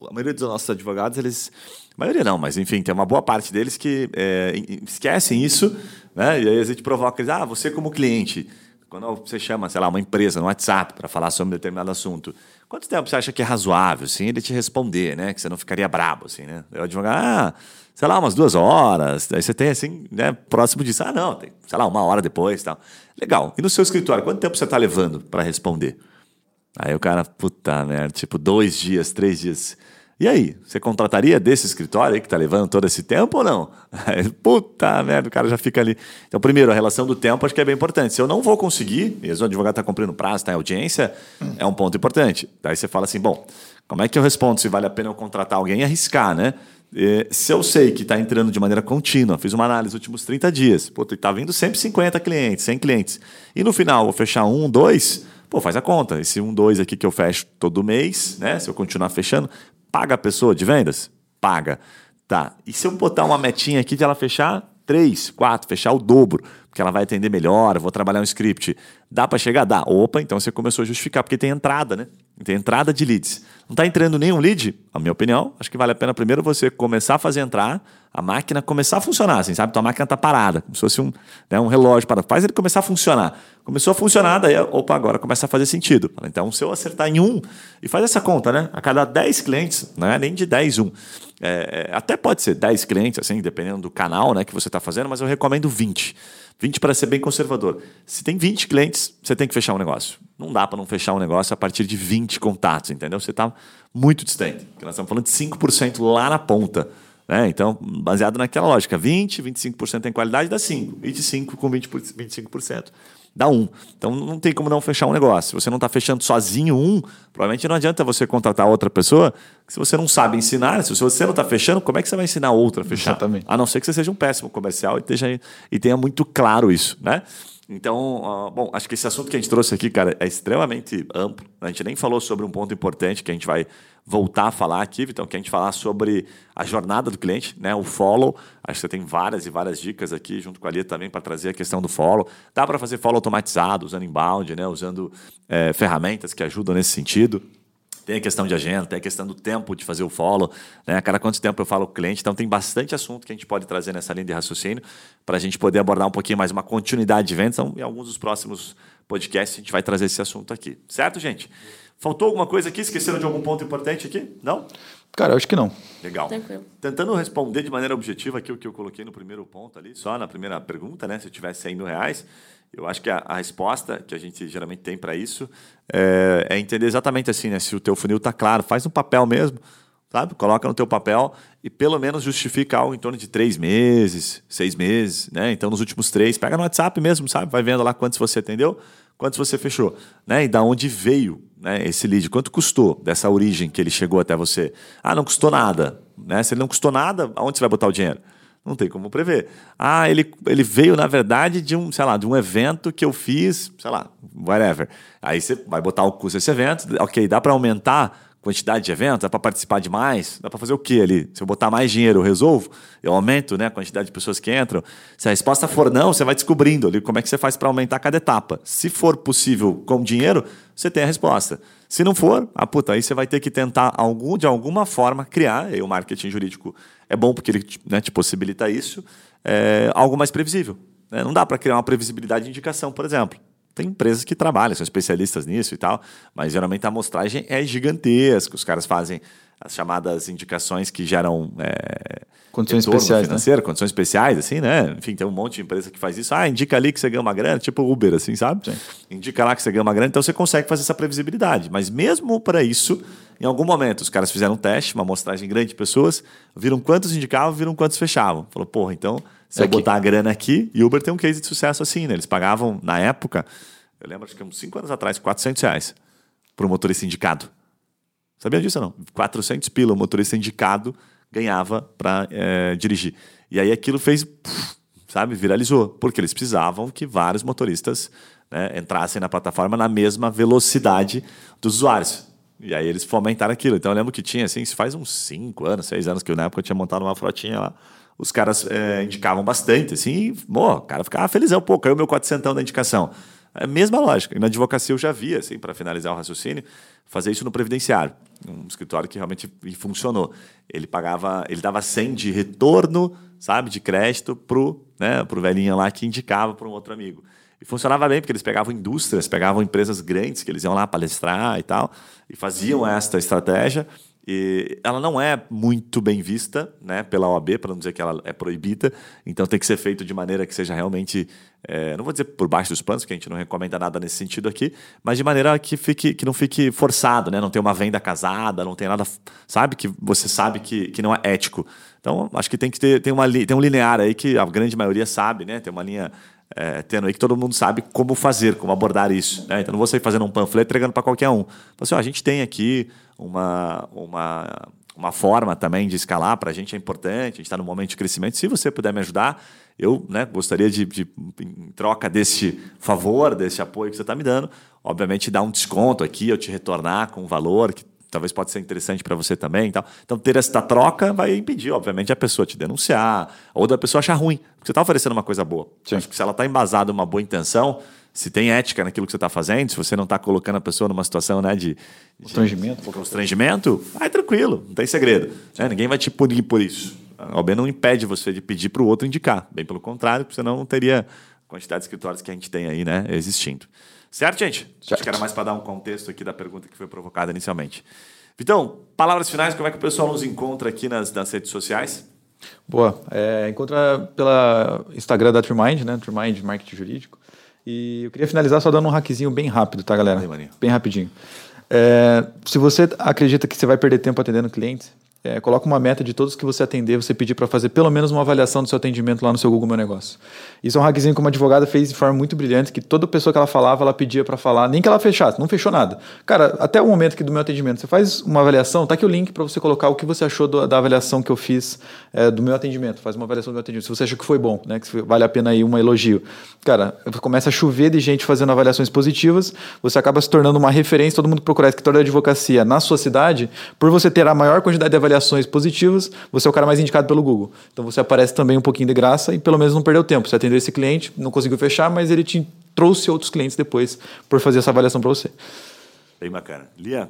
a maioria dos nossos advogados, eles... A maioria não, mas enfim, tem uma boa parte deles que é, esquecem isso, né? E aí a gente provoca eles, ah, você como cliente, quando você chama, sei lá, uma empresa no WhatsApp para falar sobre um determinado assunto, quanto tempo você acha que é razoável, assim, ele te responder, né? Que você não ficaria brabo, assim, né? Eu advogado, ah, sei lá, umas duas horas, aí você tem, assim, né, próximo disso, ah, não, tem, sei lá, uma hora depois e tal. Legal. E no seu escritório, quanto tempo você está levando para responder? Aí o cara, puta merda, tipo, dois dias, três dias. E aí, você contrataria desse escritório aí que está levando todo esse tempo ou não? Aí, puta merda, o cara já fica ali. Então, primeiro, a relação do tempo acho que é bem importante. Se eu não vou conseguir, e o advogado está cumprindo prazo, está em audiência, hum. é um ponto importante. Daí você fala assim, bom, como é que eu respondo se vale a pena eu contratar alguém e arriscar, né? E, se eu sei que está entrando de maneira contínua, fiz uma análise nos últimos trinta dias, pô, está vindo sempre cinquenta clientes, cem clientes, e no final vou fechar um, dois, pô, faz a conta. Esse um, dois aqui que eu fecho todo mês, né? Se eu continuar fechando, paga a pessoa de vendas? Paga. Tá. E se eu botar uma metinha aqui de ela fechar três, quatro, fechar o dobro, porque ela vai atender melhor, eu vou trabalhar um script. Dá para chegar? Dá. Opa, então você começou a justificar, porque tem entrada, né? Tem entrada de leads. Não está entrando nenhum lead? Na minha opinião, acho que vale a pena primeiro você começar a fazer entrar, a máquina começar a funcionar, assim, sabe? Tua máquina está parada, como se fosse um, né, um relógio parado. Faz ele começar a funcionar. Começou a funcionar, daí, opa, agora começa a fazer sentido. Então, se eu acertar em um, e faz essa conta, né? A cada dez clientes, não é nem de dez, um. É, até pode ser dez clientes, assim, dependendo do canal, né, que você está fazendo, mas eu recomendo vinte. vinte para ser bem conservador. Se tem vinte clientes, você tem que fechar um negócio. Não dá para não fechar um negócio a partir de vinte contatos, entendeu? Você está muito distante. Porque nós estamos falando de cinco por cento lá na ponta. Né? Então, baseado naquela lógica, vinte, vinte e cinco por cento em qualidade dá cinco. vinte e cinco com vinte, vinte e cinco por cento dá um. Então, não tem como não fechar um negócio. Se você não está fechando sozinho um, provavelmente não adianta você contratar outra pessoa, se você não sabe ensinar, se você não está fechando, como é que você vai ensinar outra a fechar? Exatamente. A não ser que você seja um péssimo comercial e, esteja, e tenha muito claro isso, né? Então, uh, bom, acho que esse assunto que a gente trouxe aqui, cara, é extremamente amplo. A gente nem falou sobre um ponto importante que a gente vai voltar a falar aqui, Vitão, que a gente falar sobre a jornada do cliente, né? O follow. Acho que você tem várias e várias dicas aqui, junto com a Lia também, para trazer a questão do follow. Dá para fazer follow automatizado, usando inbound, né? Usando é, ferramentas que ajudam nesse sentido. Tem a questão de agenda, tem a questão do tempo de fazer o follow, né? A cada quanto tempo eu falo com o cliente. Então, tem bastante assunto que a gente pode trazer nessa linha de raciocínio para a gente poder abordar um pouquinho mais uma continuidade de vendas. Então, em alguns dos próximos podcasts, a gente vai trazer esse assunto aqui. Certo, gente? Faltou alguma coisa aqui? Esqueceram de algum ponto importante aqui? Não? Cara, eu acho que não. Legal. Tranquilo. Tentando responder de maneira objetiva aqui o que eu coloquei no primeiro ponto ali, só na primeira pergunta, né? Se eu tivesse cem mil reais, eu acho que a, a resposta que a gente geralmente tem para isso é, é entender exatamente assim, né? Se o teu funil está claro, faz no papel mesmo, sabe? Coloca no teu papel e pelo menos justifica algo em torno de três meses, seis meses, né? Então, nos últimos três, pega no WhatsApp mesmo, sabe? Vai vendo lá quantos você atendeu, quantos você fechou, né? E da onde veio, né, esse lead, quanto custou dessa origem que ele chegou até você. Ah, não custou nada, né? Se ele não custou nada, aonde você vai botar o dinheiro? Não tem como prever. Ah, ele, ele veio, na verdade, de um, sei lá, de um evento que eu fiz, sei lá, whatever. Aí você vai botar o custo desse evento, ok, dá para aumentar a quantidade de eventos, dá para participar de mais, dá para fazer o quê ali? Se eu botar mais dinheiro, eu resolvo? Eu aumento, né, a quantidade de pessoas que entram? Se a resposta for não, você vai descobrindo ali como é que você faz para aumentar cada etapa. Se for possível com dinheiro, você tem a resposta. Se não for, ah, puta, aí você vai ter que tentar algum, de alguma forma criar, e o marketing jurídico é bom porque ele, né, te possibilita isso, é, algo mais previsível. Né? Não dá para criar uma previsibilidade de indicação, por exemplo. Tem empresas que trabalham, são especialistas nisso e tal, mas geralmente a amostragem é gigantesca. Os caras fazem as chamadas indicações que geram é, condições especiais, financeiro, né? Condições especiais, assim, né? Enfim, tem um monte de empresa que faz isso. Ah, indica ali que você ganha uma grana, tipo Uber, assim, sabe? Sim. Indica lá que você ganha uma grana, então você consegue fazer essa previsibilidade. Mas mesmo para isso, em algum momento, os caras fizeram um teste, uma amostragem grande de pessoas, viram quantos indicavam, viram quantos fechavam. Falou, porra, então, se é eu aqui. botar a grana aqui, e Uber tem um case de sucesso assim, né? Eles pagavam, na época, eu lembro, acho que uns cinco anos atrás, quatrocentos reais para um motorista indicado. Sabia disso ou não? quatrocentos pila o motorista indicado ganhava para é, dirigir. E aí aquilo fez, sabe, viralizou. Porque eles precisavam que vários motoristas, né, entrassem na plataforma na mesma velocidade dos usuários. E aí eles fomentaram aquilo. Então eu lembro que tinha, assim, isso faz uns cinco anos, seis anos que eu, na época eu tinha montado uma frotinha lá. Os caras é, indicavam bastante, assim, e, pô, o cara ficava felizão. Pô, caiu meu quatrocentão da indicação. É a mesma lógica. E na advocacia eu já vi, assim, para finalizar o raciocínio, fazer isso no previdenciário. Um escritório que realmente funcionou. Ele pagava, ele dava cem de retorno, sabe, de crédito pro, né, pro velhinho lá que indicava para um outro amigo. E funcionava bem, porque eles pegavam indústrias, pegavam empresas grandes que eles iam lá palestrar e tal, e faziam esta estratégia. E ela não é muito bem vista, né, pela O A B, para não dizer que ela é proibida, então tem que ser feito de maneira que seja realmente, é, não vou dizer por baixo dos panos, porque a gente não recomenda nada nesse sentido aqui, mas de maneira que, fique, que não fique forçado, né, não tem uma venda casada, não tem nada, sabe, que você sabe que, que não é ético. Então, acho que tem que ter tem uma, tem um linear aí que a grande maioria sabe, né, tem uma linha é, tendo aí que todo mundo sabe como fazer, como abordar isso, né? Então não vou sair fazendo um panfleto entregando para qualquer um. Então, assim, ó, a gente tem aqui uma, uma, uma forma também de escalar, para a gente é importante, a gente está num momento de crescimento. Se você puder me ajudar, eu, né, gostaria de, de, em troca desse favor, desse apoio que você está me dando, obviamente dar um desconto aqui, eu te retornar com um valor que talvez pode ser interessante para você também e tal. Então, ter essa troca vai impedir, obviamente, a pessoa te denunciar ou da pessoa achar ruim, porque você está oferecendo uma coisa boa. Acho que se ela está embasada em uma boa intenção, se tem ética naquilo que você está fazendo, se você não está colocando a pessoa numa situação, né, de, de constrangimento, constrangimento, vai tranquilo, não tem segredo. Né? Ninguém vai te punir por isso. A O A B não impede você de pedir para o outro indicar. Bem pelo contrário, porque senão não teria a quantidade de escritórios que a gente tem aí, né, existindo. Certo, gente? Certo. Acho que era mais para dar um contexto aqui da pergunta que foi provocada inicialmente. Vitão, palavras finais, como é que o pessoal nos encontra aqui nas, nas redes sociais? Boa. É, encontra pela Instagram da TreeMind, né? TreeMind Marketing Jurídico. E eu queria finalizar só dando um hackzinho bem rápido, tá, galera? Bem, bem rapidinho. É, se você acredita que você vai perder tempo atendendo clientes, é, coloca uma meta de todos que você atender, você pedir para fazer pelo menos uma avaliação do seu atendimento lá no seu Google Meu Negócio. Isso é um hackzinho que uma advogada fez de forma muito brilhante, que toda pessoa que ela falava, ela pedia para falar, nem que ela fechasse, não fechou nada. Cara, até o momento aqui do meu atendimento, você faz uma avaliação, tá aqui o link para você colocar o que você achou do, da avaliação que eu fiz é, do meu atendimento, faz uma avaliação do meu atendimento, se você acha que foi bom, né, que vale a pena aí um elogio. Cara, começa a chover de gente fazendo avaliações positivas, você acaba se tornando uma referência, todo mundo procurar escritório de advocacia na sua cidade, por você ter a maior quantidade de avaliações positivas, você é o cara mais indicado pelo Google. Então você aparece também um pouquinho de graça e pelo menos não perdeu tempo. Você atendeu esse cliente, não conseguiu fechar, mas ele te trouxe outros clientes depois por fazer essa avaliação para você. Bem bacana. Lia,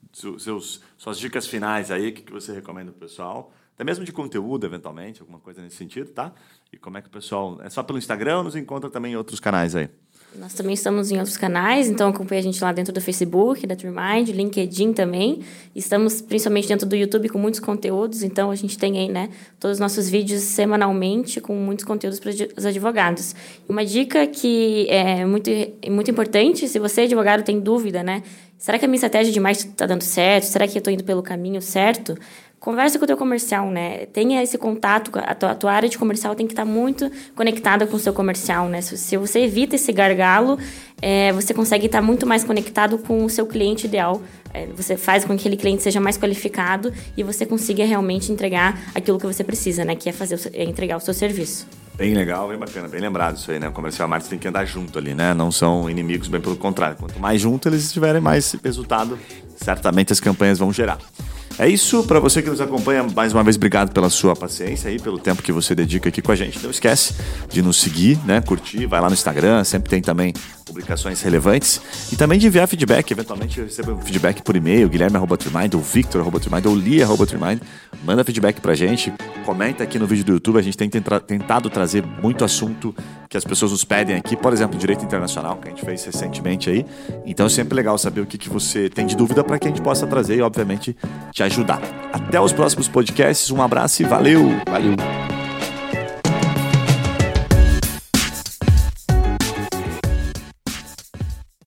seus, suas dicas finais aí, o que você recomenda pro pessoal? Até mesmo de conteúdo, eventualmente, alguma coisa nesse sentido, tá? E como é que o pessoal... É só pelo Instagram ou nos encontra também em outros canais aí? Nós também estamos em outros canais, então acompanha a gente lá dentro do Facebook, da TreeMind, LinkedIn também. Estamos principalmente dentro do YouTube com muitos conteúdos, então a gente tem aí, né, todos os nossos vídeos semanalmente com muitos conteúdos para os advogados. Uma dica que é muito, muito importante, se você, advogado, tem dúvida, né? Será que a minha estratégia de marketing está dando certo? Será que eu estou indo pelo caminho certo? Conversa com o teu comercial, né? Tenha esse contato, a tua, a tua área de comercial tem que estar muito conectada com o seu comercial, né? Se, se você evita esse gargalo, é, você consegue estar muito mais conectado com o seu cliente ideal. É, você faz com que aquele cliente seja mais qualificado e você consiga realmente entregar aquilo que você precisa, né? Que é, fazer o, é entregar o seu serviço. Bem legal, bem bacana, bem lembrado isso aí, né? O comercial e marketing tem que andar junto ali, né? Não são inimigos, bem pelo contrário. Quanto mais junto eles estiverem, mais resultado certamente as campanhas vão gerar. É isso, para você que nos acompanha, mais uma vez, obrigado pela sua paciência e pelo tempo que você dedica aqui com a gente. Não esquece de nos seguir, né? Curtir, vai lá no Instagram, sempre tem também publicações relevantes e também de enviar feedback, eventualmente eu recebo feedback por e-mail, guilherme arroba tremind, ou victor arroba tremind, ou lia arroba tremind, manda feedback pra gente, comenta aqui no vídeo do YouTube, a gente tem tentado trazer muito assunto que as pessoas nos pedem aqui, por exemplo, direito internacional, que a gente fez recentemente aí, então é sempre legal saber o que, que você tem de dúvida para que a gente possa trazer e, obviamente, te ajudar. Até os próximos podcasts, um abraço e valeu! Valeu!